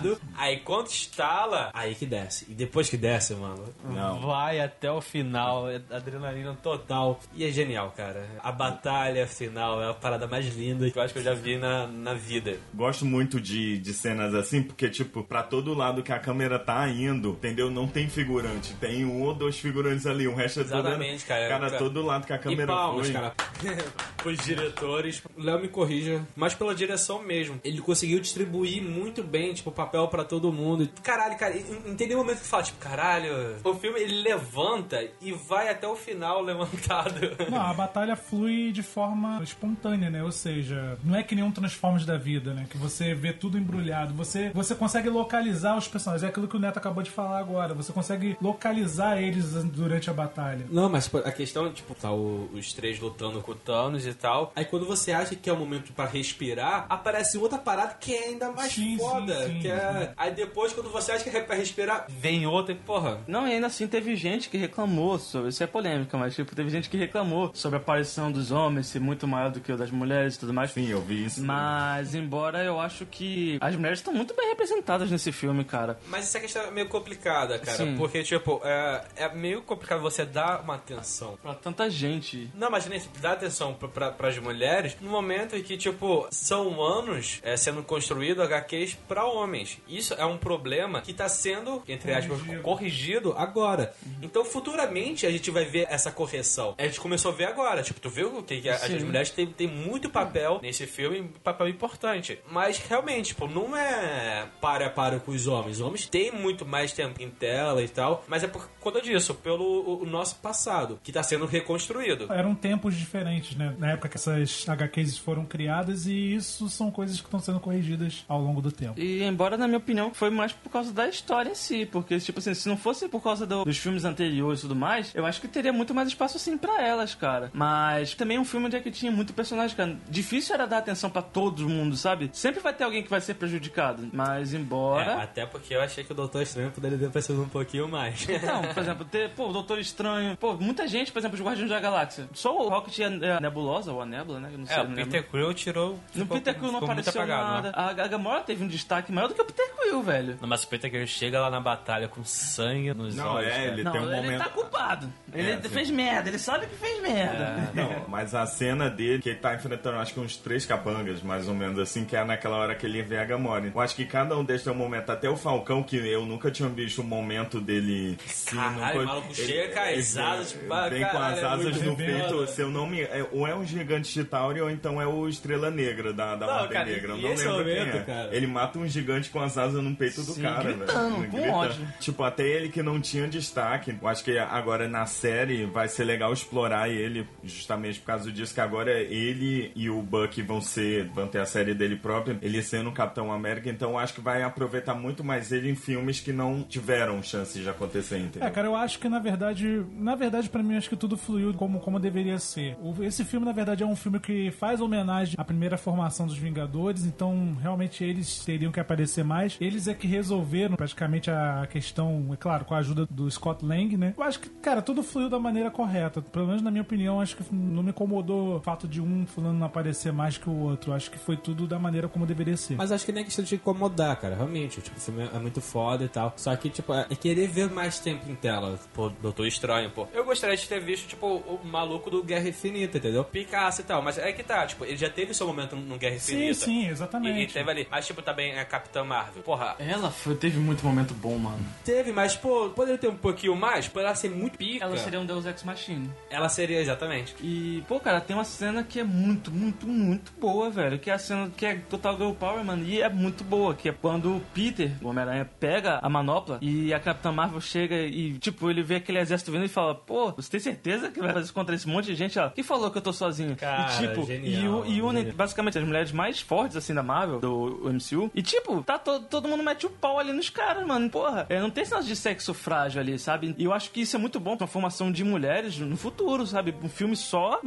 A: tudo. Aí quando estala, aí que desce. E depois que desce, mano, vai até o final, adrenalina total. E é genial, cara. A batalha final é a parada mais linda que eu acho que eu já vi na vida.
E: Gosto muito de cenas assim, porque, tipo, pra todo lado que a câmera tá indo, entendeu? Não tem figurante. Tem um ou dois figurantes ali, o resto é todo...
A: Exatamente, cara.
E: Cara, todo lado que a câmera
A: e palmas,
E: foi...
A: cara. Os diretores. O Léo me corrija, mas pela direção mesmo. Ele conseguiu distribuir muito bem, tipo, o papel pra todo mundo. Caralho, cara, entendeu o momento que fala, tipo, caralho, o filme ele levanta e vai até o final levantado.
C: Não, a batalha flui de forma espontânea, né? Ou seja, não é que nem um Transformers da vida, né? Que você vê tudo embrulhado. Você consegue localizar os personagens. É aquilo que o Neto acabou de falar agora. Você consegue localizar eles durante a batalha.
A: Não, mas tipo, a questão é, tipo, tá os três lutando com o Thanos e tal. Aí quando você acha que é o momento pra respirar, aparece outra parada que é ainda mais foda.
C: Sim,
A: que é... Aí depois, quando você acha que é pra respirar, vem outra e, porra...
D: Não, e ainda assim teve gente que reclamou sobre... Isso é polêmica, mas tipo, teve gente que reclamou sobre a aparição dos homens ser muito maior do que o das mulheres e tudo mais.
E: Sim, eu vi isso.
D: Mas, embora eu acho que as mulheres estão muito bem representadas nesse filme, cara.
A: Mas essa questão é meio complicada, cara.
D: Sim.
A: Porque, tipo, é meio complicado você dar uma atenção.
D: Pra tanta gente.
A: Não, imagina isso, dar atenção pras mulheres no momento em que, tipo, são anos sendo construído HQs pra homens. Isso é um problema que tá sendo, entre aspas, corrigido agora. Então, futuramente, a gente vai ver essa correção. A gente começou a ver agora. Tipo, tu viu que as mulheres têm muito papel nesse filme, papel importante. Mas, realmente, tipo, não é para com os homens. Os homens têm muito mais tempo em tela e tal, mas é por conta disso, pelo o nosso passado, que tá sendo reconstruído.
C: Eram tempos diferentes, né? Na época que essas HQs foram criadas, e isso são coisas que estão sendo corrigidas ao longo do tempo.
D: E embora, na minha opinião, foi mais por causa da história em si, porque, tipo assim, se não fosse por causa dos filmes anteriores e tudo mais, eu acho que teria muito mais espaço, assim, pra elas, cara. Mas também é um filme onde é que tinha muito personagem, cara. Difícil era dar atenção pra todo mundo, sabe? Sempre vai ter alguém que vai ser prejudicado, mas embora...
A: até porque eu achei que o Doutor Estranho poderia ter aparecido um pouquinho mais.
D: Então, por exemplo, o Doutor Estranho, muita gente, por exemplo, os Guardiões da Galáxia. Só o Rocket e a Nebulosa, ou a Nebula, né? Eu não sei,
A: o Peter Quill tirou...
D: No Peter Quill não apareceu nada. A Gamora teve um destaque maior do que o Peter Quill, velho.
A: Não, mas o Peter Quill chega lá na batalha com sangue nos olhos.
E: Ele tem um momento...
D: Ele tá culpado. Ele fez merda, ele sabe que fez merda.
E: Não, mas a cena dele, que ele tá enfrentando, acho que uns 3 capangas, mais ou menos assim, que é naquela hora que ele vê a Gamora. Eu acho que cada um deles tem um momento, até o Falcão, que eu nunca tinha visto um momento dele...
A: Caralho, o maluco chega com as asas, tipo,
E: vem com as asas no peito,
C: rebelde.
E: se eu não me... ou é um gigante Chitauri, ou então é o Estrela Negra da Ordem
A: cara,
E: Negra. Eu
A: e
E: não
A: esse
E: lembro
A: momento,
E: quem é.
A: cara?
E: Ele mata um gigante com as asas no peito do cara,
D: gritando,
E: velho.
D: com ódio.
E: Tipo, até ele que não tinha destaque. Eu acho que agora na série vai ser legal explorar ele, justamente por causa disso, que agora ele e o Bucky vão ter a série dele própria, ele sendo o Capitão América, então eu acho que vai aproveitar muito mais ele em filmes que não tiveram chance de acontecer, entendeu?
C: Cara, eu acho que na verdade pra mim, acho que tudo fluiu como deveria ser. Esse filme, na verdade, é um filme que faz homenagem à primeira formação dos Vingadores, então realmente eles teriam que aparecer mais. Eles é que resolveram praticamente a questão, é claro, com a ajuda do Scott Lang, né? Eu acho que, cara, tudo fluiu da maneira correta. Pelo menos na minha opinião, acho que não me incomodou o fato de um fulano não aparecer mais que o outro. Acho que foi tudo da maneira como deveria ser.
B: Mas acho que nem é questão de incomodar, cara. Realmente, tipo, o filme é muito foda e tal. Só que, tipo, é querer ver mais tempo em tela.
A: Pô, Doutor Estranho, pô. Eu gostaria de ter visto, tipo, o maluco do Guerra Infinita, entendeu? Picasso e tal. Mas é que tá, tipo, ele já teve seu momento no Guerra Infinita.
C: Sim, exatamente.
A: E teve ali. Mas, tipo, também é Capitã Marvel. Porra.
D: Ela teve muito momento bom, mano.
A: Teve, mas, pô, poderia ter um pouquinho mais? Por ela ser muito pica.
D: Ela seria um Deus Ex Machina.
A: Ela seria, exatamente.
D: E, pô, cara, tem uma cena que é muito, muito, muito boa, velho. Que é a cena que é Total Girl Power, mano. E é muito boa. Que é quando o Peter, o Homem-Aranha, pega a manopla e a Capitã Marvel chega e, tipo, ele vê aquele exército vindo e fala: pô, você tem certeza que vai fazer isso contra esse monte de gente? Ela, quem falou que eu tô sozinho?
A: Cara,
D: e, tipo,
A: genial,
D: e unem basicamente as mulheres mais fortes, assim, da Marvel, do MCU. E, tipo, tá todo mundo mete o pau ali nos caras, mano. Porra, não tem sinal de sexo frágil ali, sabe? E eu acho que isso é muito bom pra uma formação de mulheres no futuro, sabe? Um filme só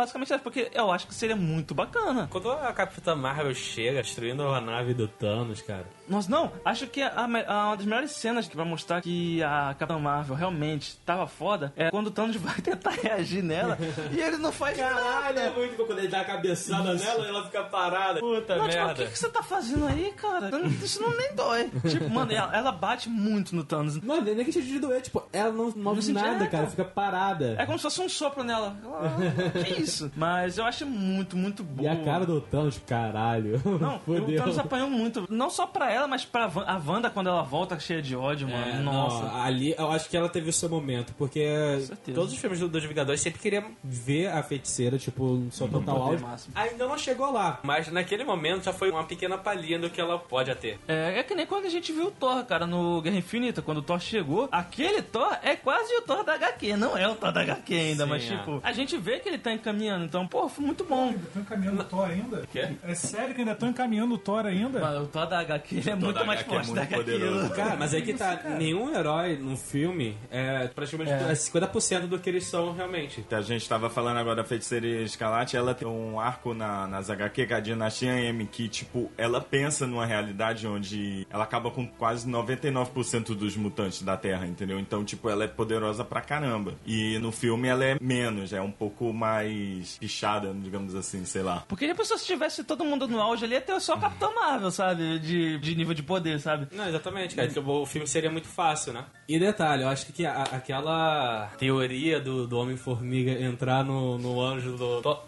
D: basicamente essa, porque eu acho que seria muito bacana.
A: Quando a Capitã Marvel chega destruindo a nave do Thanos, cara.
D: Nossa, não, acho que uma das melhores cenas que vai mostrar que a Capitã Marvel realmente tava foda é quando o Thanos vai tentar reagir nela e ele não faz
B: Caralho, é
D: nada.
B: muito bom quando ele dá a cabeçada nela e ela fica parada.
A: Puta
D: Não, tipo, o
A: merda.
D: que você tá fazendo aí, cara? Isso não nem dói. Tipo, mano, ela bate muito no Thanos.
B: Mano, nem que seja de doer, tipo, ela não move
D: senti
B: nada,
D: nada.
B: cara, fica parada.
D: É como se fosse um sopro nela. Que isso? Mas eu acho muito, muito bom.
B: E a cara do Thanos, caralho.
D: Não, o
B: Fudeu.
D: Thanos apanhou muito. Não só pra ela, mas pra a Wanda quando ela volta cheia de ódio, mano.
B: É,
D: Nossa.
B: não, ali eu acho que ela teve o seu momento, porque
D: certeza.
A: Todos os filmes dos Vingadores sempre queriam.
B: ver a feiticeira, tipo, seu total
D: poder
B: áudio,
D: máximo.
B: ainda não chegou lá.
A: Mas naquele momento já foi uma pequena palhinha do que ela pode ter.
D: É que nem quando a gente viu o Thor, cara, no Guerra Infinita. Quando o Thor chegou, aquele Thor é quase o Thor da HQ. Não é o Thor da HQ ainda,
A: Sim,
D: mas tipo, a gente vê que ele tá encaminhando. Então, pô, foi muito bom.
C: Ainda estão encaminhando o Thor ainda?
A: Quê?
C: É sério que ainda estão encaminhando o Thor ainda?
D: Mas o Thor da HQ ele é muito
E: da
D: mais
E: HQ é
D: forte
E: muito
D: da HQ.
E: poderoso.
B: Cara, mas aí que tá, nenhum herói num filme é praticamente 50% do que eles são realmente.
E: A gente tava falando agora da Feiticeira Escarlate, ela tem um arco nas HQ, que é a Dinastia M, que, tipo, ela pensa numa realidade onde ela acaba com quase 99% dos mutantes da Terra, entendeu? Então, tipo, ela é poderosa pra caramba. E no filme ela é menos, é um pouco mais pichada, digamos assim, sei lá.
D: Porque depois se tivesse todo mundo no auge ali, ia ter só o Capitão Marvel, sabe? De nível de poder, sabe?
A: Não, exatamente, cara. Porque o filme seria muito fácil, né?
B: E detalhe, eu acho que aquela teoria do Homem-Formiga entrar no anjo do Thor.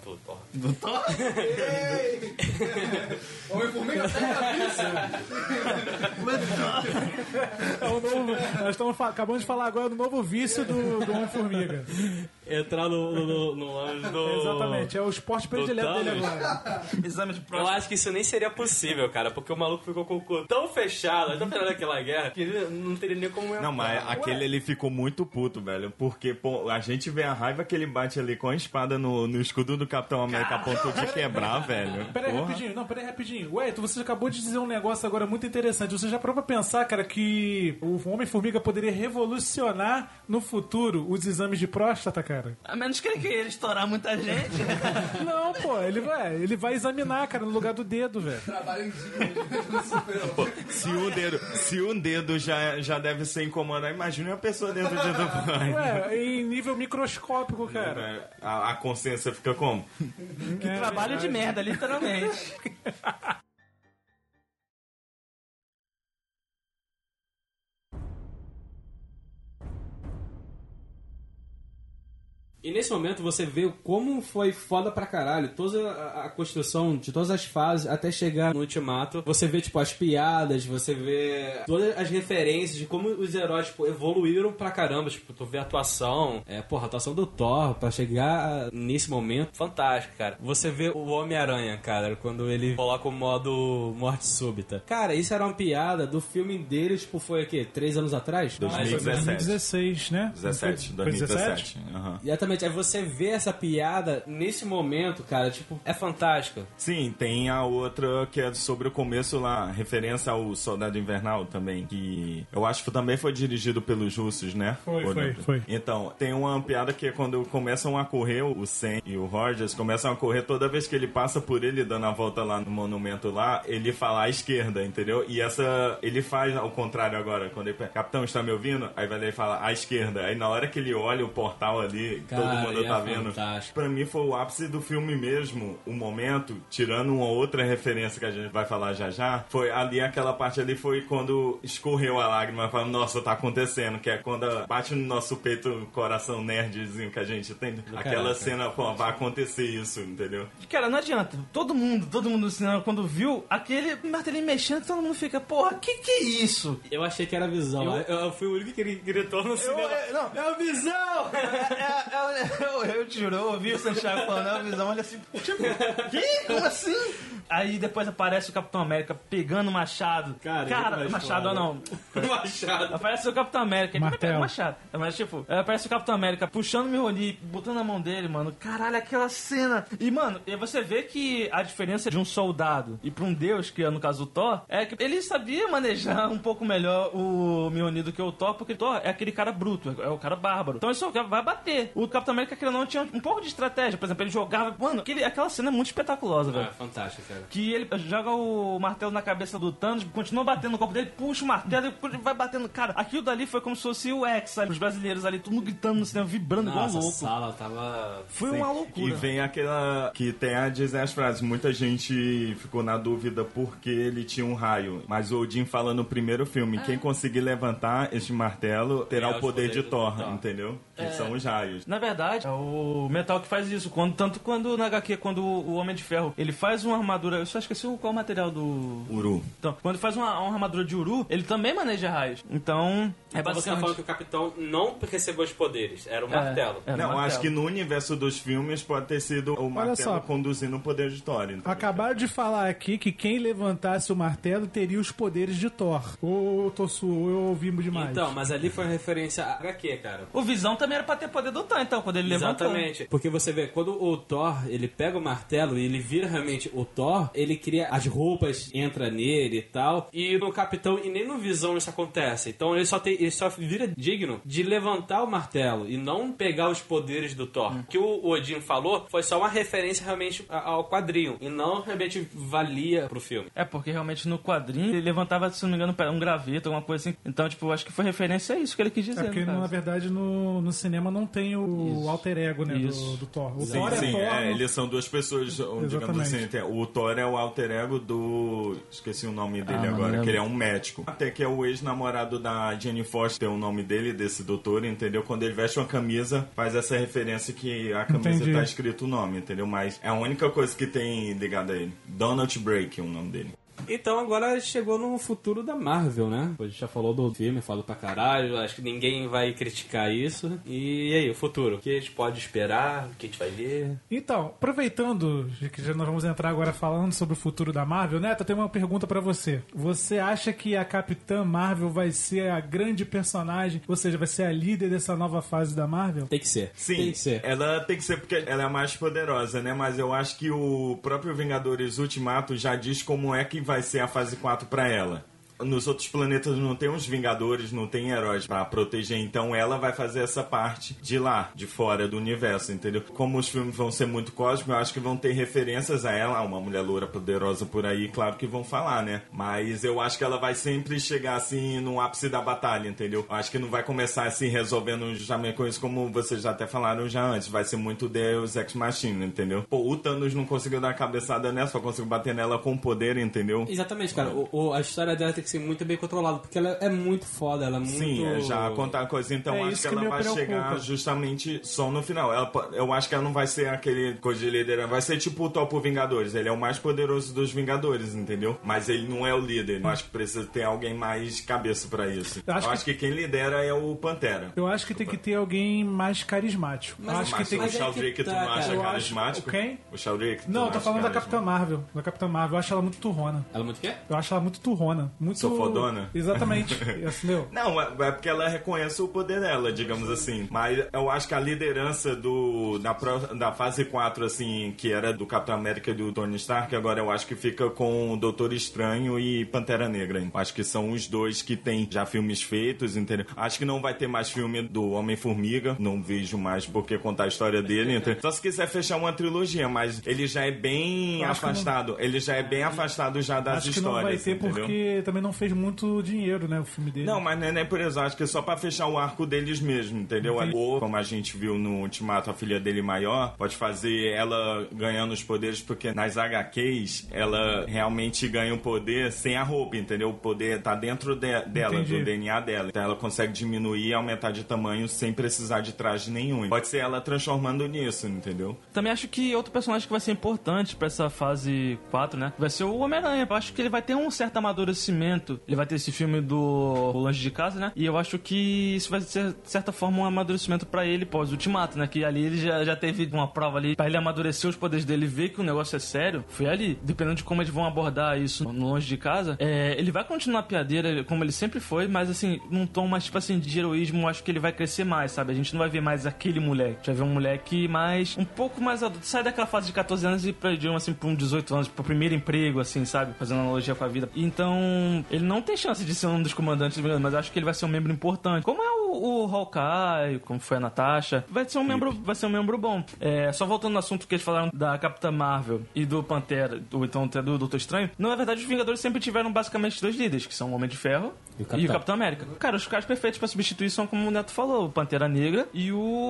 H: Homem-Formiga
C: É o novo, nós estamos acabamos de falar agora do novo vício do Homem-Formiga.
B: Entrar no anjo do...
C: Exatamente, é o esporte predileto dele
B: Thanos.
C: agora.
D: Exame de
A: Eu
D: próstata.
A: acho que isso nem seria possível, cara, porque o maluco ficou com o cu tão fechado, tão fechado naquela guerra, que ele não teria nem como...
E: Não, mas aquele ele ficou muito puto, velho. Porque, pô, a gente vê a raiva que ele bate ali com a espada no escudo do Capitão América a ponto de quebrar, velho.
C: Pera aí,
E: Porra.
C: rapidinho. Ué, você acabou de dizer um negócio agora muito interessante. Você já parou pra pensar, cara, que o Homem-Formiga poderia revolucionar no futuro os exames de próstata, cara?
D: A menos que ele queira estourar muita gente.
C: Não, pô, ele vai examinar, cara, no lugar do dedo, velho.
H: Trabalho em dia, super.
E: Se um dedo já deve ser incomodado, imagina uma pessoa dentro de outro pai.
C: Ué, em nível microscópico, cara.
E: A consciência fica como?
D: Que trabalho de merda, literalmente.
B: E nesse momento você vê como foi foda pra caralho toda a construção de todas as fases até chegar no Ultimato. Você vê, tipo, as piadas, você vê todas as referências de como os heróis, tipo, evoluíram pra caramba. Tipo, tu vê a atuação, a atuação do Thor pra chegar nesse momento. Fantástico, cara. Você vê o Homem-Aranha, cara, quando ele coloca o modo morte súbita. Cara, isso era uma piada do filme dele, tipo, foi o quê? 3 anos atrás?
E: 2017.
C: 2016, né?
E: 2017. Aham.
B: Exatamente. Aí você vê essa piada nesse momento, cara, tipo, é fantástico.
E: Sim, tem a outra que é sobre o começo lá, referência ao Soldado Invernal também, que eu acho que também foi dirigido pelos russos, né?
C: Foi.
E: Então, tem uma piada que é quando começam a correr, o Sam e o Rogers começam a correr, toda vez que ele passa por ele, dando a volta lá no monumento lá, ele fala à esquerda, entendeu? E ele faz ao contrário agora, quando ele Capitão, está me ouvindo? Aí vai lá e fala à esquerda. Aí na hora que ele olha o portal ali,
B: Cara,
E: todo mundo tá vendo.
B: Fantástico.
E: Pra mim foi o ápice do filme mesmo, o momento, tirando uma outra referência que a gente vai falar já, foi ali, aquela parte ali foi quando escorreu a lágrima, falando, nossa, tá acontecendo, que é quando bate no nosso peito o coração nerdzinho que a gente tem. Aquela cena, pô, vai acontecer isso, entendeu?
D: Cara, não adianta. Todo mundo no cinema, quando viu aquele martelinho mexendo, todo mundo fica, porra, que é isso?
B: Eu achei que era Visão. Eu fui o único que gritou no cinema.
D: Não,
B: É o Visão!
D: eu juro, eu ouvi o Santiago falando, é a visão, olha assim, tipo, que? Como assim? Aí depois aparece o Capitão América pegando o machado.
B: Cara,
D: machado ou não?
B: Machado.
D: Aparece o Capitão América, ele
C: Martelo.
D: pega o machado. Mas tipo, aparece o Capitão América puxando o Mjolnir, botando na mão dele, mano. Caralho, aquela cena. E, mano, você vê que a diferença de um soldado e pra um deus, que é no caso o Thor, é que ele sabia manejar um pouco melhor o Mjolnir do que o Thor, porque o Thor é aquele cara bruto, é o cara bárbaro. Então ele só vai bater. O Capitão Capitão América, que ele não tinha um pouco de estratégia. Por exemplo, ele jogava... Mano, aquela cena é muito espetaculosa, velho.
B: Fantástico, cara.
D: Que ele joga o martelo na cabeça do Thanos, continua batendo no corpo dele, puxa o martelo e vai batendo. Cara, aquilo dali foi como se fosse o X, sabe? Os brasileiros ali, todo mundo gritando no cinema, vibrando igual louco.
B: A sala tava...
D: Foi uma loucura.
E: E vem aquela que tem a dizer as frases. Muita gente ficou na dúvida porque ele tinha um raio. Mas o Odin fala no primeiro filme, quem conseguir levantar este martelo terá o poder de Thor, entendeu? Que são os raios.
D: Na verdade, é o Metal que faz isso. Tanto quando na HQ, quando o Homem de Ferro, ele faz uma armadura... Eu só esqueci qual é o material do...
E: Uru.
D: Então, quando faz uma armadura de Uru, ele também maneja raios. Então,
B: é basicamente... Você tá falando que o Capitão não recebeu os poderes, era o martelo.
E: Não, acho que no universo dos filmes pode ter sido o martelo conduzindo o poder de Thor. Então.
C: Acabaram de falar aqui que quem levantasse o martelo teria os poderes de Thor. Ou eu ouvimos demais.
B: Então, mas ali foi uma referência a HQ, cara.
D: O Visão também era pra ter poder do Thor, então, quando ele levantou.
B: Exatamente. Porque você vê, quando o Thor, ele pega o martelo e ele vira realmente o Thor, ele cria as roupas, entra nele e tal, e no Capitão, e nem no Visão isso acontece. Então ele só vira digno de levantar o martelo e não pegar os poderes do Thor. O que o Odin falou foi só uma referência realmente ao quadrinho, e não realmente valia pro filme.
D: É, porque realmente no quadrinho ele levantava, se não me engano, um graveto, alguma coisa assim. Então, tipo, eu acho que foi referência a isso que ele quis dizer.
C: É porque, na verdade, no cinema não tem o alter ego, né, do Thor. O Thor é Thor.
E: Eles são duas pessoas, digamos assim. O Thor é o alter ego do... Esqueci o nome dele agora, que ele é um médico. Até que é o ex-namorado da Jane Foster, o nome dele, desse doutor, entendeu? Quando ele veste uma camisa, faz essa referência que a camisa tá escrito o nome, entendeu? Mas é a única coisa que tem ligada a ele. Donald Blake é o nome dele.
B: Então agora chegou no futuro da Marvel, né? A gente já falou do filme, falou pra caralho, acho que ninguém vai criticar isso. E aí, o futuro? O que a gente pode esperar? O que a gente vai ver?
C: Então, aproveitando que já nós vamos entrar agora falando sobre o futuro da Marvel, Neto, eu tenho uma pergunta pra você. Você acha que a Capitã Marvel vai ser a grande personagem, ou seja, vai ser a líder dessa nova fase da Marvel?
B: Tem que ser.
E: Sim,
B: tem que ser.
E: Ela tem que ser porque ela é a mais poderosa, né? Mas eu acho que o próprio Vingadores Ultimato já diz como é que vai ser a fase 4 pra ela. Nos outros planetas não tem os Vingadores, não tem heróis pra proteger, então ela vai fazer essa parte de lá, de fora do universo, entendeu? Como os filmes vão ser muito cósmicos, eu acho que vão ter referências a ela, uma mulher loura poderosa por aí, claro que vão falar, né? Mas eu acho que ela vai sempre chegar assim no ápice da batalha, entendeu? Eu acho que não vai começar assim resolvendo justamente com isso, como vocês já até falaram já antes, vai ser muito Deus Ex Machina, entendeu? Pô, o Thanos não conseguiu dar a cabeçada nela, só conseguiu bater nela com poder, entendeu?
B: Exatamente, cara. A história dela tem que ser muito bem controlada, porque ela é muito foda, ela é muito...
E: Sim, já contar a coisa, então acho que ela vai chegar justamente só no final. Eu acho que ela não vai ser aquele coisa de líder, vai ser tipo o Topo Vingadores, ele é o mais poderoso dos Vingadores, entendeu? Mas ele não é o líder, eu acho que precisa ter alguém mais cabeça pra isso. Eu acho que quem lidera é o Pantera.
C: Eu acho que tem que ter alguém mais carismático.
E: Mas
C: acho que tem
E: o Shaldrick tu não acha carismático?
C: Quem?
E: O Shaldrick?
C: Não, eu tô falando da Capitã Marvel. Da Capitã Marvel, eu acho ela muito turrona.
B: Ela é muito o quê?
C: Eu acho ela muito turrona. Muito...
E: Sofodona?
C: Exatamente. Entendeu?
E: Não, é porque ela reconhece o poder dela, digamos assim. Mas eu acho que a liderança da fase 4, assim, que era do Capitão América e do Tony Stark, agora eu acho que fica com o Doutor Estranho e Pantera Negra. Hein? Acho que são os dois que tem já filmes feitos, entendeu? Acho que não vai ter mais filme do Homem-Formiga, não vejo mais porque contar a história dele, entendeu? Só se quiser fechar uma trilogia, mas ele já é bem afastado. Ele já é bem afastado já das histórias.
C: Acho que não vai ter,
E: entendeu?
C: Porque também não fez muito dinheiro, né, o filme dele.
E: Não, mas não é por isso, acho que é só pra fechar o arco deles mesmo, entendeu? Ou, como a gente viu no Ultimato, a filha dele maior, pode fazer ela ganhando os poderes, porque nas HQs, ela realmente ganha o poder sem a roupa, entendeu? O poder tá dentro dela, do DNA dela. Então ela consegue diminuir e aumentar de tamanho sem precisar de traje nenhum. Pode ser ela transformando nisso, entendeu?
D: Também acho que outro personagem que vai ser importante pra essa fase 4, né, vai ser o Homem-Aranha. Eu acho que ele vai ter um certo amadurecimento. Ele vai ter esse filme do Longe de Casa, né? E eu acho que isso vai ser, de certa forma, um amadurecimento pra ele pós-Ultimato, né? Que ali ele já teve uma prova ali pra ele amadurecer os poderes dele, ver que o negócio é sério. Foi ali. Dependendo de como eles vão abordar isso no Longe de Casa, ele vai continuar a piadeira como ele sempre foi, mas assim, num tom mais, tipo assim, de heroísmo, eu acho que ele vai crescer mais, sabe? A gente não vai ver mais aquele moleque. A gente vai ver um moleque mais, um pouco mais adulto. Sai daquela fase de 14 anos e digamos assim, pra um 18 anos, pro primeiro emprego, assim, sabe? Fazendo analogia com a vida. Então, ele não tem chance de ser um dos comandantes, mas acho que ele vai ser um membro importante. Como é o Hawkeye, como foi a Natasha, vai ser um membro bom. Só voltando no assunto que eles falaram da Capitã Marvel e do Pantera, ou então até do Doutor Estranho, na verdade os Vingadores sempre tiveram basicamente dois líderes, que são o Homem de Ferro e o Capitão América. Cara, os caras perfeitos pra substituir são, como o Neto falou, o Pantera Negra e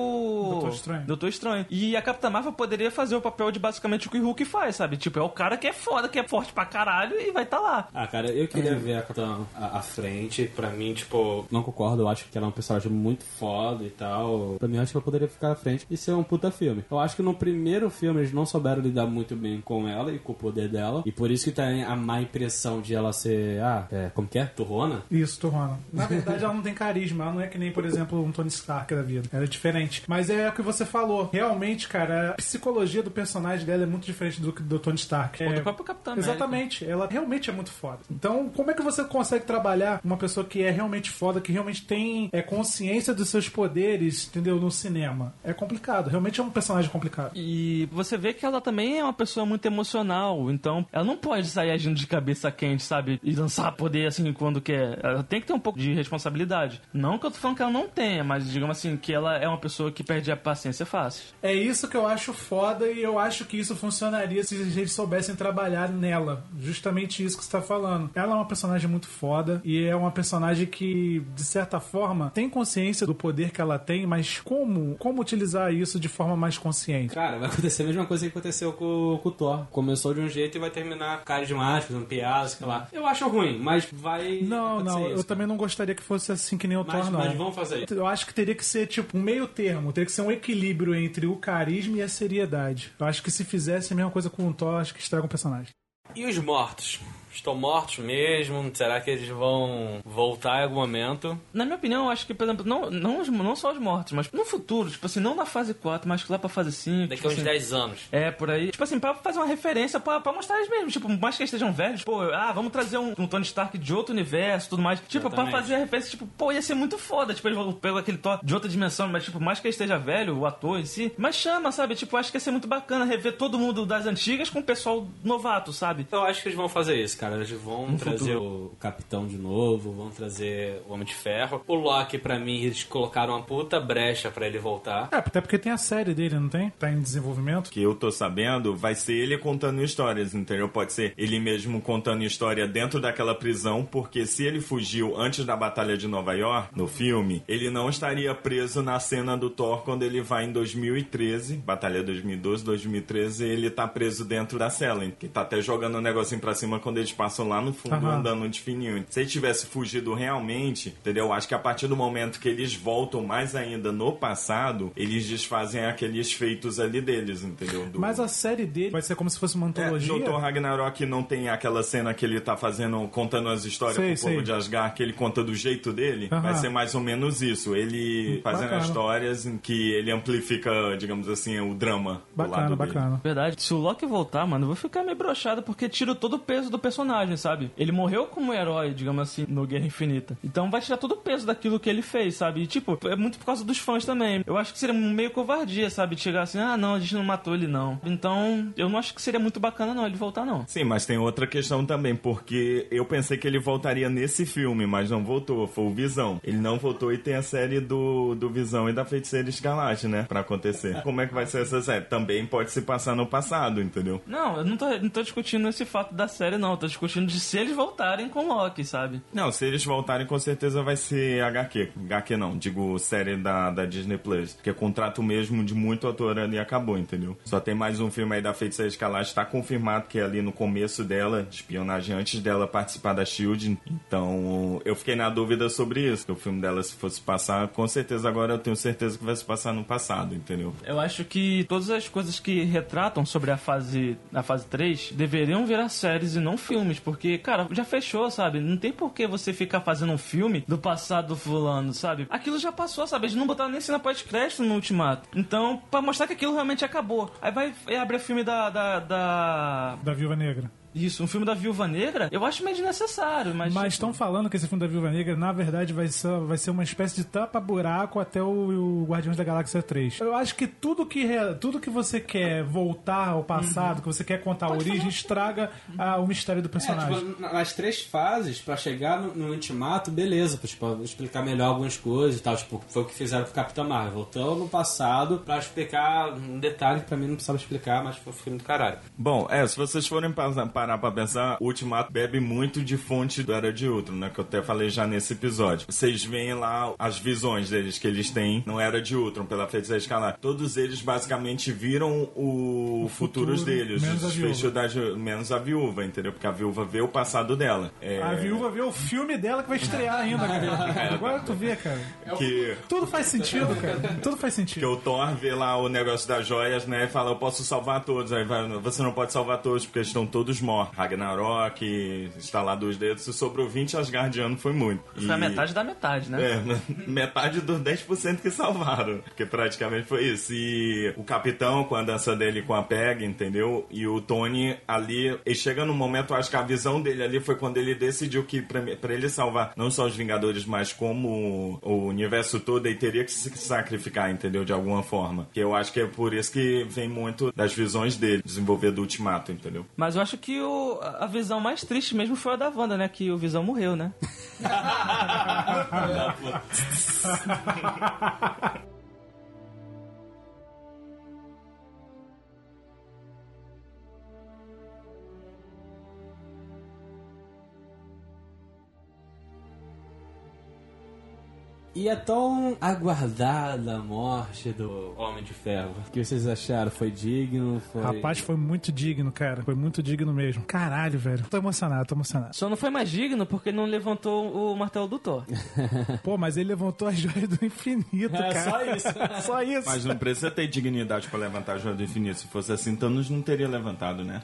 D: o Doutor Estranho. E a Capitã Marvel poderia fazer o papel de basicamente o que o Hulk faz, sabe? Tipo, é o cara que é foda, que é forte pra caralho e vai tá lá.
B: Ah, cara, eu queria ver a Capitã à frente. Pra mim, tipo, não concordo. Eu acho que ela é um personagem muito foda e tal. Pra mim, eu acho que ela poderia ficar à frente e ser um puta filme. Eu acho que no primeiro filme eles não souberam lidar muito bem com ela e com o poder dela. E por isso que tem a má impressão de ela ser, como que é? Turrona?
C: Isso, turrona. Na verdade, ela não tem carisma. Ela não é que nem, por exemplo, um Tony Stark da vida. Ela é diferente. Mas é o que você falou. Realmente, cara, a psicologia do personagem dela é muito diferente do Tony Stark.
D: Ou do próprio Capitão América.
C: Exatamente. Ela realmente é muito foda. Então, como é que você consegue trabalhar uma pessoa que é realmente foda, que realmente tem consciência dos seus poderes, entendeu? No cinema? É complicado. Realmente é um personagem complicado.
D: E você vê que ela também é uma pessoa muito emocional. Então, ela não pode sair agindo de cabeça quente, sabe? E lançar poder assim quando quer. Ela tem que ter um pouco de responsabilidade. Não que eu tô falando que ela não tenha, mas digamos assim, que ela é uma pessoa que perde a paciência fácil.
C: É isso que eu acho foda e eu acho que isso funcionaria se eles soubessem trabalhar nela. Justamente isso que você tá falando. Ela é uma personagem muito foda e é uma personagem que, de certa forma, tem consciência do poder que ela tem, mas como utilizar isso de forma mais consciente?
B: Cara, vai acontecer a mesma coisa que aconteceu com o Thor. Começou de um jeito e vai terminar carismático, fazendo piadas, sei lá. Eu acho ruim, mas vai...
C: Não, eu também não gostaria que fosse assim que nem o Thor, não.
B: Mas vamos fazer isso.
C: Eu acho que teria que ser, tipo, um meio termo. Teria que ser um equilíbrio entre o carisma e a seriedade. Eu acho que se fizesse a mesma coisa com o Thor, acho que estraga o personagem.
A: E os mortos? Estão mortos mesmo? Será que eles vão voltar em algum momento?
D: Na minha opinião, eu acho que, por exemplo, não só os mortos, mas no futuro, tipo assim, não na fase 4, mas lá pra fase 5.
A: Daqui a uns 10 anos.
D: Por aí. Tipo assim, pra fazer uma referência, pra mostrar eles mesmos. Tipo, mais que eles estejam velhos, vamos trazer um Tony Stark de outro universo e tudo mais. Tipo, exatamente. Pra fazer a referência, tipo, ia ser muito foda. Tipo, eles pegam aquele Thor de outra dimensão, mas, tipo, mais que ele esteja velho, o ator em si. Mas chama, sabe? Tipo, acho que ia ser muito bacana rever todo mundo das antigas com o pessoal novato, sabe?
A: Eu acho que eles vão fazer isso, cara. Eles vão trazer
B: o Capitão de novo, vão trazer
A: o Homem de Ferro. O Loki, pra mim, eles colocaram uma puta brecha pra ele voltar.
C: Até porque tem a série dele, não tem? Tá em desenvolvimento.
E: Que eu tô sabendo, vai ser ele contando histórias, entendeu? Pode ser ele mesmo contando história dentro daquela prisão, porque se ele fugiu antes da Batalha de Nova York, no filme, ele não estaria preso na cena do Thor quando ele vai em 2013, Batalha 2012, 2013, ele tá preso dentro da cela, hein? Que tá até jogando um negocinho pra cima quando eles passam lá no fundo andando de fininho. Se ele tivesse fugido realmente, entendeu? Acho que a partir do momento que eles voltam mais ainda no passado, eles desfazem aqueles feitos ali deles, entendeu?
C: Mas a série dele vai ser como se fosse uma antologia?
E: No Thor Ragnarok não tem aquela cena que ele tá contando as histórias pro povo de Asgard, que ele conta do jeito dele? Vai ser mais ou menos isso. Ele fazendo as histórias em que ele amplifica, digamos assim, o drama do lado dele.
D: Verdade. Se o Loki voltar, mano, eu vou ficar meio broxado porque tira todo o peso do personagem, sabe? Ele morreu como herói, digamos assim, no Guerra Infinita. Então vai tirar todo o peso daquilo que ele fez, sabe? E, tipo, é muito por causa dos fãs também. Eu acho que seria meio covardia, sabe? De chegar assim, não, a gente não matou ele, não. Então, eu não acho que seria muito bacana, não, ele voltar, não.
E: Sim, mas tem outra questão também, porque eu pensei que ele voltaria nesse filme, mas não voltou. Foi o Visão. Ele não voltou e tem a série do Visão e da Feiticeira Escarlate, né? Pra acontecer. Como é que vai ser essa série? Também pode se passar no passado, entendeu?
D: Não, eu não tô discutindo esse fato da série, não. Eu tô discutindo de se eles voltarem com Loki, sabe?
E: Não, se eles voltarem, com certeza vai ser HQ. HQ não, digo série da Disney Plus. Porque contrato mesmo de muito ator ali acabou, entendeu? Só tem mais um filme aí da Feiticeira Escarlate, tá confirmado que é ali no começo dela, de espionagem, antes dela participar da SHIELD. Então, eu fiquei na dúvida sobre isso. Que o filme dela, se fosse passar, com certeza agora eu tenho certeza que vai se passar no passado, entendeu?
D: Eu acho que todas as coisas que retratam sobre a fase 3 deveriam virar séries e não filmes, porque, cara, já fechou, sabe? Não tem por que você ficar fazendo um filme do passado do fulano, sabe? Aquilo já passou, sabe? Eles não botaram nem cena pós-crédito no Ultimato. Então, pra mostrar que aquilo realmente acabou. Aí vai abrir o filme da
C: Viúva Negra.
D: Isso, um filme da Viúva Negra, eu acho meio desnecessário, mas...
C: Mas estão falando que esse filme da Viúva Negra, na verdade, vai ser uma espécie de tapa-buraco até o Guardiões da Galáxia 3. Eu acho que tudo que você quer voltar ao passado, que você quer contar a origem, estraga o mistério do personagem.
B: Tipo, nas 3 fases, pra chegar no Ultimato, beleza, tipo, explicar melhor algumas coisas e tal. Tipo, foi o que fizeram com o Capitão Marvel. Voltou no passado pra explicar um detalhe que pra mim não precisava explicar, mas foi um filme do caralho.
E: Bom, se vocês forem parar pra pensar, o Ultimato bebe muito de fonte do Era de Ultron, né? Que eu até falei já nesse episódio. Vocês veem lá as visões deles que eles têm no Era de Ultron, pela Feiticeira Escarlate. Todos eles basicamente viram o futuros deles.
C: Menos a Viúva.
E: Menos a Viúva, entendeu? Porque a Viúva vê o passado dela.
C: A Viúva vê o filme dela que vai estrear ainda, cara. Agora tu vê, cara. Tudo faz sentido, cara. Tudo faz sentido.
E: Que o Thor vê lá o negócio das joias, né? E fala, eu posso salvar todos. Aí vai, você não pode salvar todos, porque eles estão todos mortos. Ragnarok, estalar os dedos. Se sobrou 20 Asgardianos, foi muito.
D: Foi a metade da metade, né?
E: Metade dos 10% que salvaram. Porque praticamente foi isso. E o Capitão, com a dança dele com a Peg, entendeu? E o Tony ali, ele chega num momento, acho que a visão dele ali foi quando ele decidiu que pra ele salvar não só os Vingadores, mas como o universo todo, ele teria que se sacrificar, entendeu? De alguma forma. Que eu acho que é por isso que vem muito das visões dele, desenvolver do Ultimato, entendeu?
D: Mas eu acho que a visão mais triste mesmo foi a da Wanda, né? Que o Visão morreu, né?
B: E a tão aguardada a morte do Homem de Ferro. O que vocês acharam? Foi digno?
C: Rapaz, foi muito digno, cara. Foi muito digno mesmo. Caralho, velho. Tô emocionado.
D: Só não foi mais digno porque não levantou o martelo do Thor.
C: Pô, mas ele levantou as joias do infinito, cara.
B: Só isso.
C: Só isso.
E: Mas não precisa ter dignidade pra levantar a joia do infinito. Se fosse assim, Thanos não teria levantado, né?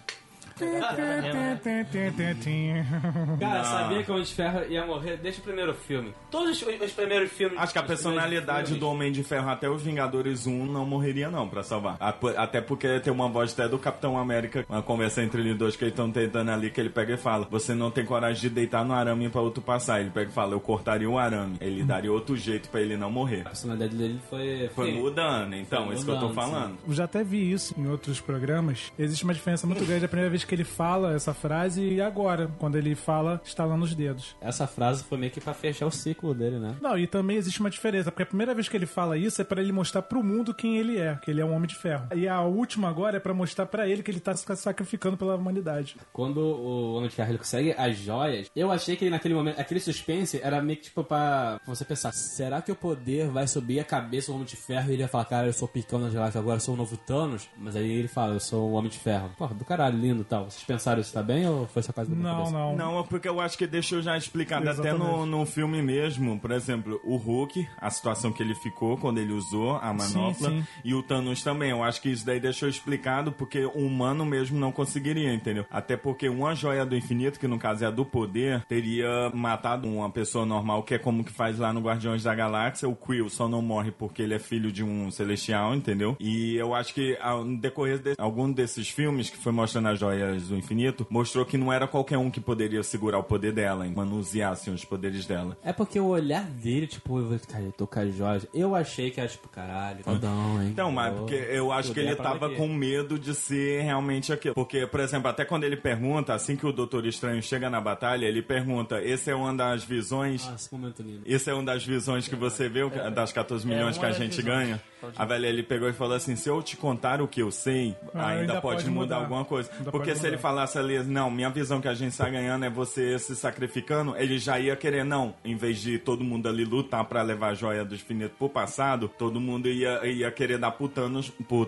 B: Cara, sabia que o Homem de Ferro ia morrer desde o primeiro filme. Todos os primeiros filmes.
E: Acho que a personalidade do Homem de Ferro até os Vingadores 1 não morreria não pra salvar. Até porque tem uma voz até do Capitão América, uma conversa entre eles dois que eles estão tentando ali, que ele pega e fala, você não tem coragem de deitar no arame pra outro passar. Ele pega e fala, eu cortaria o arame. Ele daria outro jeito pra ele não morrer.
B: A personalidade dele foi
E: mudando, então,
B: foi
E: isso que eu tô falando.
C: Eu já até vi isso em outros programas. Existe uma diferença muito grande a primeira vez que ele fala essa frase e agora, quando ele fala estalando os dedos.
B: Essa frase foi meio que pra fechar o ciclo dele, né?
C: Não, e também existe uma diferença, porque a primeira vez que ele fala isso é pra ele mostrar pro mundo quem ele é, que ele é um Homem de Ferro. E a última agora é pra mostrar pra ele que ele tá se sacrificando pela humanidade.
B: Quando o Homem de Ferro ele consegue as joias, eu achei que ele, naquele momento, aquele suspense era meio que tipo pra você pensar, será que o poder vai subir a cabeça do Homem de Ferro e ele vai falar, cara, eu sou o Picão das Galáxias, agora eu sou o novo Thanos? Mas aí ele fala, eu sou o Homem de Ferro. Porra, do caralho, lindo e tal. Vocês pensaram isso tá bem ou foi só coisa da minha cabeça?
E: Não, porque eu acho que deixou já explicado até no filme mesmo. Por exemplo, o Hulk, a situação que ele ficou quando ele usou a manopla,
C: sim.
E: E o Thanos também. Eu acho que isso daí deixou explicado porque o humano mesmo não conseguiria, entendeu? Até porque uma joia do infinito, que no caso é a do poder, teria matado uma pessoa normal, que é como que faz lá no Guardiões da Galáxia. O Quill só não morre porque ele é filho de um celestial, entendeu? E eu acho que no decorrer de algum desses filmes que foi mostrando as joias do infinito, mostrou que não era qualquer um que poderia segurar o poder dela, hein? Manusear, assim, os poderes dela.
B: É porque o olhar dele, tipo, cara, eu tô com as joias. Eu achei que era, tipo, caralho, fodão, hein?
E: Então, mas porque eu acho que ele tava com medo de ser realmente aquilo. Porque, por exemplo, até quando ele pergunta, assim que o Doutor Estranho chega na batalha, ele pergunta, esse é uma das visões...
B: Nossa, que momento lindo.
E: Esse é uma das visões que você vê, das 14 milhões que a gente ganha. A velha, ele pegou e falou assim, se eu te contar o que eu sei, ainda pode mudar alguma coisa. Porque se ele falasse ali, não, minha visão que a gente está ganhando é você se sacrificando, ele já ia querer, não, em vez de todo mundo ali lutar pra levar a joia do infinito pro passado, todo mundo ia querer dar pro Thanos, pro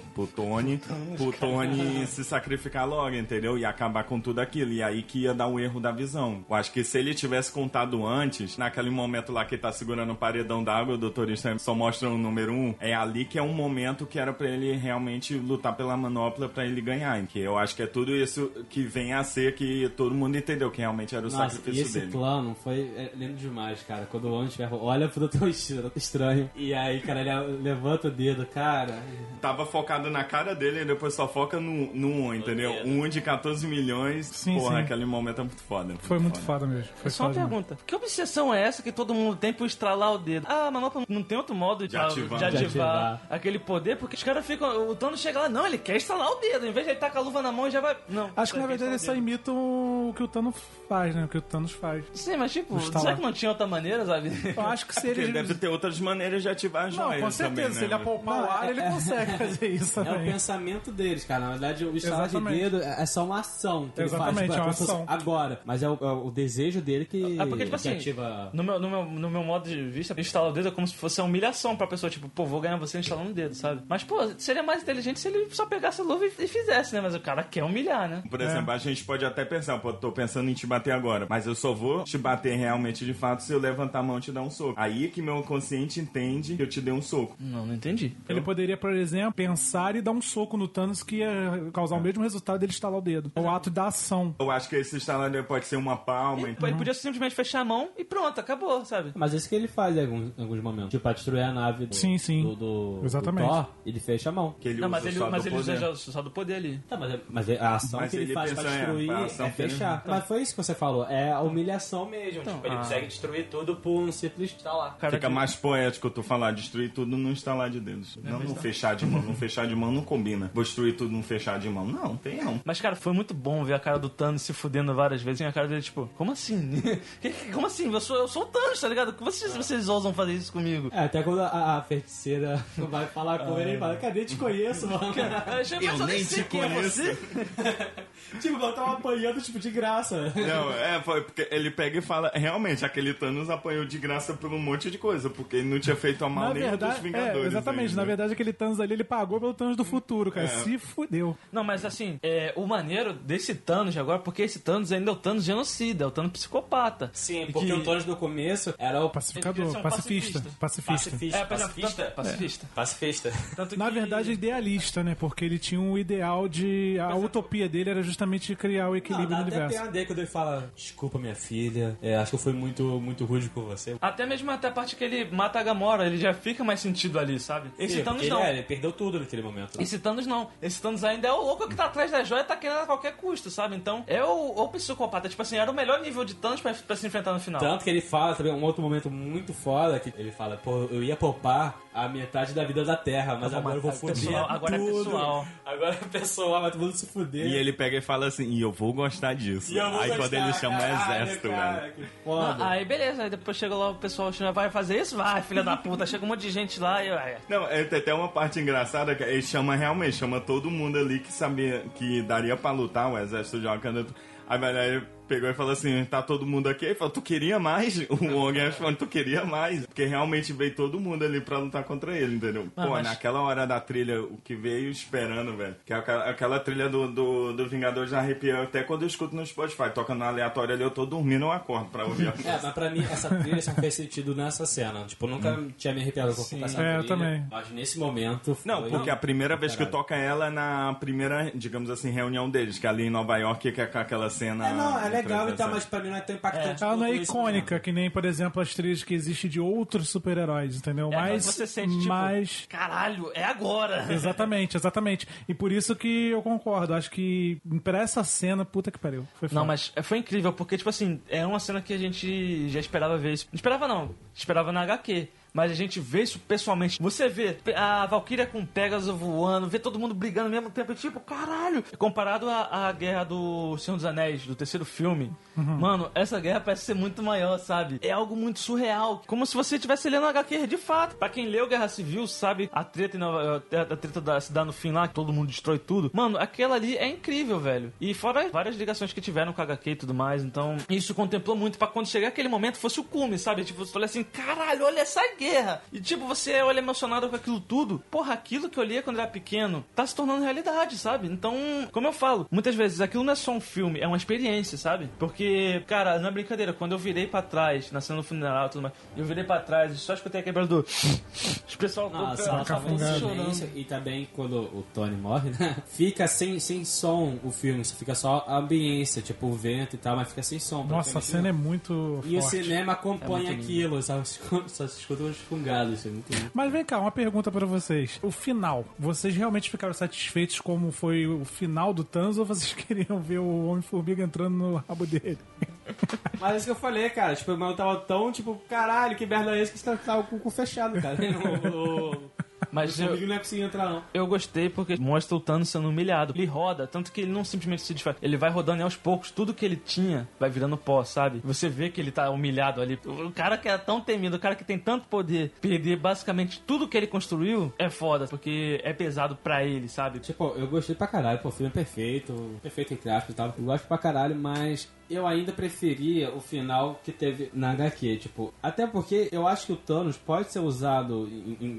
E: Tony se sacrificar logo, entendeu? E acabar com tudo aquilo. E aí que ia dar o erro da visão. Eu acho que se ele tivesse contado antes, naquele momento lá que ele tá segurando o paredão d'água, o Doutor Estranho só mostra o número 1, é ali que é um momento que era pra ele realmente lutar pela manopla pra ele ganhar. Que eu acho que é tudo isso que vem a ser que todo mundo entendeu que realmente era o sacrifício
B: e esse
E: dele.
B: plano foi lindo demais, cara. Quando o Homem de Ferro olha pro Doutor Estranho e aí, cara, ele levanta o dedo, cara.
E: Tava focado na cara dele e depois só foca no entendeu? De 14 milhões.
C: Sim,
E: Porra,
C: sim.
E: aquele momento é muito foda.
C: Foi muito foda mesmo. Foi
D: Só uma
C: foda mesmo.
D: pergunta. Que obsessão é essa que todo mundo tem por estralar o dedo? Ah, a manopla não tem outro modo de ativar aquele poder? Porque os caras ficam... O Thanos chega lá, não, ele quer estralar o dedo. Em vez de ele tacar a luva na mão, já vai... Não.
C: Acho que na verdade eles só imitam o que o Thanos faz, né? O que o Thanos faz.
D: Sim, mas tipo,
C: Instalar.
D: será que não tinha outra maneira, sabe?
C: Eu acho que se
E: Porque
C: eles...
E: deve ter outras maneiras de ativar as
C: Não,
E: joias
C: com certeza.
E: também,
C: Se
E: né?
C: ele apalpar o ar, ele consegue fazer isso
B: É o
C: também.
B: pensamento deles, cara. Na verdade, o estalar de
C: Exatamente.
B: dedo é só uma ação que
C: Exatamente,
B: ele faz.
C: é uma
B: como se fosse
C: ação.
B: agora. Mas é o desejo dele que,
D: É porque, tipo
B: que
D: assim,
B: ativa...
D: no meu modo de vista, instalar o dedo é como se fosse uma humilhação pra pessoa. Tipo, pô, vou ganhar você instalando o dedo, sabe? Mas, pô, seria mais inteligente se ele só pegasse a luva e fizesse, né? Mas o cara quer humilhar, né?
E: Por exemplo, a gente pode até pensar, pô, tô pensando em te bater agora, mas eu só vou te bater realmente de fato se eu levantar a mão e te dar um soco. Aí que meu consciente entende que eu te dei um soco.
D: Não entendi.
C: Ele poderia, por exemplo, pensar e dar um soco no Thanos que ia causar o mesmo resultado dele estalar o dedo. O ato da ação.
E: Eu acho que esse estalar pode ser uma palma.
D: Ele podia simplesmente fechar a mão e pronto, acabou, sabe?
B: Mas isso que ele faz em alguns momentos. Tipo, pra destruir a nave
C: Sim.
B: do
C: Exatamente.
B: Thor, ele fecha a mão.
E: Que ele
D: Não,
E: usa
D: mas ele
E: só do
D: usa
E: poder.
D: só do poder ali.
B: Tá, mas a ação
E: Mas
B: que ele
E: ele
B: faz pra
E: pensa,
B: destruir
E: a ação
B: é
E: que ele-
B: fechar. Mas foi isso que você falou. É a humilhação mesmo. Tipo, ele consegue destruir tudo por um simples estalar.
D: Cara,
E: Fica mais poético tu falar destruir tudo num estalar de dedos. Não num fechar de mão. Num fechar de mão não combina. Vou destruir tudo num fechar de mão. Não, tem não.
D: Mas, cara, foi muito bom ver a cara do Thanos se fudendo várias vezes. E a cara dele, tipo, como assim? Como assim? Eu sou o Thanos, tá ligado? Como vocês ousam fazer isso comigo?
B: É, até quando a feiticeira vai falar com ele fala, cadê? Te conheço, mano.
D: Mas eu nem sei quem é você.
B: Tipo, eu tava apanhando, tipo, de graça.
E: Não, foi porque ele pega e fala, realmente, aquele Thanos apanhou de graça por um monte de coisa, porque ele não tinha feito a mal
C: Na
E: nem
C: verdade,
E: dos Vingadores.
C: exatamente.
E: ainda.
C: Na verdade, aquele Thanos ali, ele pagou pelo Thanos do futuro, cara. Se fudeu.
D: Não, mas assim, o maneiro desse Thanos de agora, porque esse Thanos ainda é o Thanos genocida, é o Thanos psicopata.
B: Sim, porque o Thanos no começo era o
C: Pacificador,
D: Ele queria ser um
C: pacifista.
D: Pacifista.
A: Pacifista.
D: Tanto que...
C: Na verdade, idealista, né? Porque ele tinha um ideal de... A utopia dele era justamente criar o equilíbrio
B: dá
C: do
B: até
C: universo.
B: piada aí quando ele fala, desculpa minha filha, acho que eu fui muito rude com você.
D: Até mesmo até a parte que ele mata a Gamora, ele já fica mais sentido ali, sabe? Esse Thanos
B: porque
D: não.
B: ele perdeu tudo naquele momento.
D: Esse Thanos não. Esse Thanos ainda é o louco que tá atrás da joia e tá querendo a qualquer custo, sabe? Então, é o psicopata. Tipo assim, era o melhor nível de Thanos pra se enfrentar no final.
B: Tanto que ele fala também, um outro momento muito foda, que ele fala, pô, eu ia poupar a metade da vida da Terra, mas agora eu vou foder
D: pessoal, agora é
B: tudo.
D: pessoal.
B: Agora é pessoal, vai todo mundo se fuder.
E: E ele pega e fala assim, e eu vou gostar disso.
B: E eu vou
E: Aí quando
B: gostar,
E: ele chama o
B: caralho,
E: exército,
B: cara,
E: velho.
B: que foda.
D: Aí beleza, aí depois chega lá o pessoal, vai fazer isso? Vai, filha da puta. Chega um monte de gente lá e...
E: Não, tem até uma parte engraçada que ele chama todo mundo ali que sabia que daria pra lutar o exército de Wakanda. Aí ele pegou e falou assim, tá todo mundo aqui? Ele falou, tu queria mais? O Wong falou, tu queria mais? Porque realmente veio todo mundo ali pra lutar contra ele, entendeu? Pô,
D: mas...
E: naquela hora da trilha, o que veio esperando, velho, que é aquela trilha do Vingadores arrepiou até quando eu escuto no Spotify, toca no aleatório ali, eu tô dormindo, eu acordo pra ouvir a música.
B: Mas pra mim, essa trilha só fez sentido nessa cena. Tipo, eu nunca tinha me arrepiado com essa trilha.
C: eu também.
B: Mas nesse momento...
E: Não,
B: foi-
E: porque a primeira vez que toca ela é na primeira, digamos assim, reunião deles, que é ali em Nova York, que é com aquela cena...
B: É legal, então, mas pra mim não é tão impactante.
C: Ela não é
B: quanto isso,
C: icônica, que nem, por exemplo, as trilhas que existem de outros super-heróis, entendeu?
D: Mas você sente, tipo,
C: mais...
D: caralho, é agora.
C: Exatamente. E por isso que eu concordo. Acho que pra essa cena, puta que pariu. Foi
D: Não,
C: foda.
D: mas foi incrível, porque, tipo assim, é uma cena que a gente já esperava ver isso. Não esperava não, esperava na HQ. Mas a gente vê isso pessoalmente. Você vê a Valkyria com o Pegasus voando, vê todo mundo brigando ao mesmo tempo. E tipo, caralho! Comparado à guerra do Senhor dos Anéis, do terceiro filme. Mano, essa guerra parece ser muito maior, sabe? É algo muito surreal. Como se você estivesse lendo a HQ de fato. Pra quem leu Guerra Civil, sabe? A treta se dá no fim lá, que todo mundo destrói tudo. Mano, aquela ali é incrível, velho. E fora várias ligações que tiveram com a HQ e tudo mais. Então, isso contemplou muito pra quando chegar aquele momento fosse o cume, sabe? Tipo, você falou assim, caralho, olha essa guerra! guerra. E tipo, você olha emocionado com aquilo tudo. Porra, aquilo que eu lia quando era pequeno tá se tornando realidade, sabe? Então, como eu falo, muitas vezes aquilo não é só um filme, é uma experiência, sabe? Porque, cara, não é brincadeira, quando eu virei pra trás, na cena do funeral e tudo mais, eu virei pra trás e só escutei a quebra do... Os pessoal
B: chorando. E também quando o Tony morre, né? Fica sem som o filme, fica só a ambiência, tipo o vento e tal, mas fica sem som.
C: Nossa, a cena é muito
B: E
C: forte.
B: o cinema acompanha aquilo, sabe? Só se escuta uns fungados. Isso é muito lindo.
C: Mas vem cá, uma pergunta pra vocês. O final, vocês realmente ficaram satisfeitos como foi o final do Thanos ou vocês queriam ver o Homem-Formiga entrando no rabo dele?
B: Mas é isso que eu falei, cara. Tipo, o meu tava tão, tipo, caralho, que merda é esse que você tava com o cu fechado, cara.
D: Mas
B: o Formiga não é conseguir entrar, não.
D: Eu gostei porque mostra o Thanos sendo humilhado. Ele roda, tanto que ele não simplesmente se desfaz. Ele vai rodando e aos poucos, tudo que ele tinha vai virando pó, sabe? Você vê que ele tá humilhado ali. O cara que é tão temido, o cara que tem tanto poder, perder basicamente tudo que ele construiu é foda, porque é pesado pra ele, sabe?
B: Tipo, eu gostei pra caralho. Pô, o filme é perfeito entre aspas e tal. Eu gosto pra caralho, mas eu ainda preferia o final que teve na HQ, tipo, até porque eu acho que o Thanos pode ser usado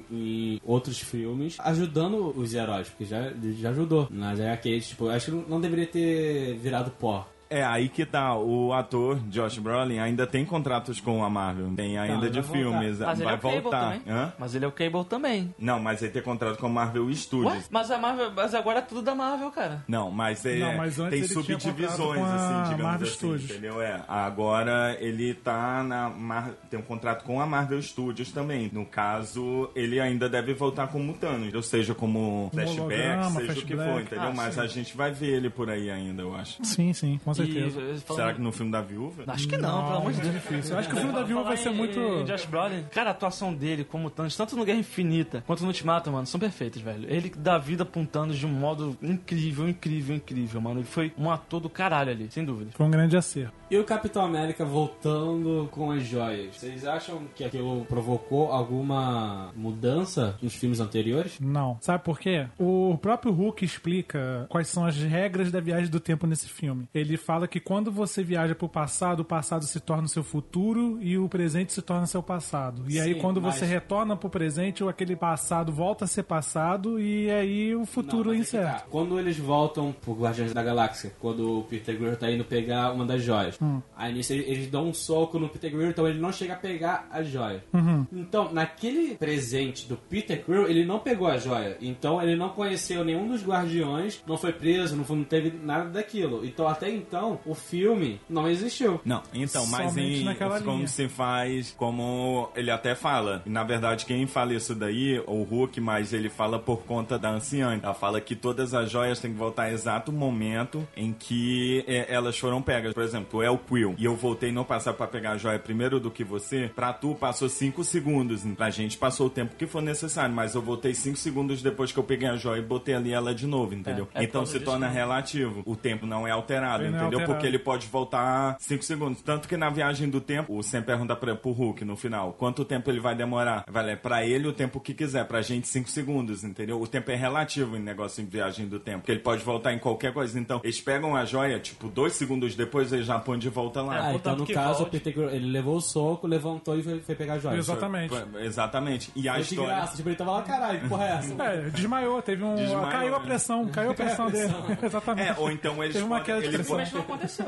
B: em outros filmes ajudando os heróis, porque já ajudou nas HQs, tipo, acho que não deveria ter virado pó.
E: É, aí que tá, o ator Josh Brolin ainda tem contratos com a Marvel, tem ainda de filmes,
D: mas
E: vai
D: ele é o
E: voltar.
D: Cable também. Mas ele é o Cable também.
E: Não, mas ele tem contrato com a Marvel Studios.
D: Ué? Mas a Marvel, mas agora é tudo da Marvel, cara.
E: Não, mas
C: Não, mas antes
E: tem
C: ele tinha
E: subdivisões,
C: contrato com a
E: assim, digamos
C: Marvel
E: assim,
C: Studios.
E: entendeu? Agora ele tá tem um contrato com a Marvel Studios também. No caso, ele ainda deve voltar como Thanos, ou seja, como flashback, seja o que for, entendeu? Mas
D: sim.
E: a gente vai ver ele por aí ainda, eu acho.
C: Sim, com certeza.
E: Será que no filme da Viúva?
D: Acho que não, pelo amor de Deus.
C: Difícil. Eu acho que o filme da Viúva vai ser muito...
D: Josh Brolin, cara, a atuação dele como Thanos, tanto no Guerra Infinita quanto no Ultimato, mano, são perfeitos, velho. Ele dá vida pra um Thanos de um modo incrível, mano. Ele foi um ator do caralho ali, sem dúvida.
C: Foi um grande acerto.
B: E o Capitão América voltando com as joias? Vocês acham que aquilo provocou alguma mudança nos filmes anteriores?
C: Não. Sabe por quê? O próprio Hulk explica quais são as regras da viagem do tempo nesse filme. Ele fala que quando você viaja pro passado, o passado se torna o seu futuro e o presente se torna seu passado. E aí quando você retorna pro presente, aquele passado volta a ser passado e aí o futuro é incerto.
B: Quando eles voltam pro Guardiões da Galáxia, quando o Peter Quill tá indo pegar uma das joias, aí nisso eles dão um soco no Peter Quill, então ele não chega a pegar a joia. Então, naquele presente do Peter Quill, ele não pegou a joia. Então, ele não conheceu nenhum dos Guardiões, não foi preso, não teve nada daquilo. Então, até então, o filme não existiu.
E: Não, então, mas como
C: linha.
E: se faz, como ele até fala. E, na verdade, quem fala isso daí, o Hulk, mas ele fala por conta da anciã. Ela fala que todas as joias têm que voltar ao exato momento em que elas foram pegas. Por exemplo, tu é o Quill e eu voltei no passado pra pegar a joia primeiro do que você. Pra tu passou 5 segundos. Pra gente passou o tempo que for necessário, mas eu voltei 5 segundos depois que eu peguei a joia e botei ali ela de novo, entendeu? Então se torna relativo. O tempo não é alterado, entendeu? Porque ele pode voltar 5 segundos. Tanto que na viagem do tempo, o Sam pergunta pro Hulk no final, quanto tempo ele vai demorar? Vale, pra ele o tempo que quiser, pra gente 5 segundos, entendeu? O tempo é relativo em negócio em viagem do tempo, porque ele pode voltar em qualquer coisa. Então, eles pegam a joia, tipo, 2 segundos depois eles já põem de volta lá.
B: Então no caso, o Peter Quill, ele levou o soco, levantou e foi pegar a joia.
E: Exatamente. E a
B: foi
E: história...
B: de graça, tipo, ele tava lá, caralho, que porra é essa?
C: Desmaiou, teve um... Caiu a pressão dele. Exatamente.
E: Ou então eles
C: teve uma queda de pressão.
D: Mas não aconteceu.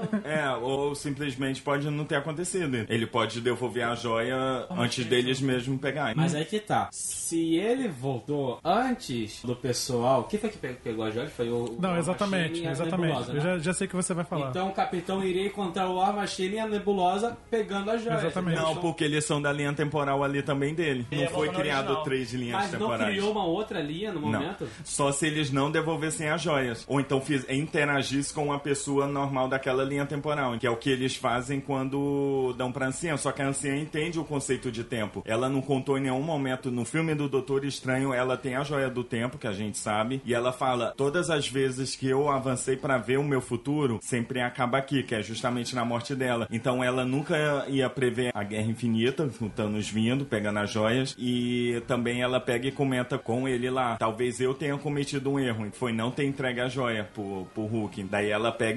E: Ou simplesmente pode não ter acontecido. Ele pode devolver a joia antes deles mesmo pegarem.
B: Mas aí que tá. Se ele voltou antes do pessoal... Quem foi que pegou a joia? Foi o...
C: Não, exatamente. Nebulosa, né? Eu já sei o que você vai falar.
B: Então o Capitão iria encontrar o War Machine e a Nebulosa pegando a joia.
C: Exatamente.
E: Não, porque eles são da linha temporal ali também dele. Não foi criado 3 linhas temporais.
B: Mas não criou uma outra linha no momento?
E: Não. Só se eles não devolvessem as joias. Ou então interagisse com uma pessoa normal daquela linha temporal. Que é o que eles fazem quando dão pra anciã. Só que a anciã entende o conceito de tempo. Ela não contou em nenhum momento. No filme do Doutor Estranho, ela tem a joia do tempo, que a gente sabe. E ela fala, todas as vezes que eu avancei pra ver o meu futuro, sempre acaba aqui, que é justamente na morte dela. Então ela nunca ia prever a Guerra Infinita, o Thanos vindo, pegando as joias. E também ela pega e comenta com ele lá, talvez eu tenha cometido um erro, foi não ter entregue a joia pro Hulk. Daí ela pega e entrega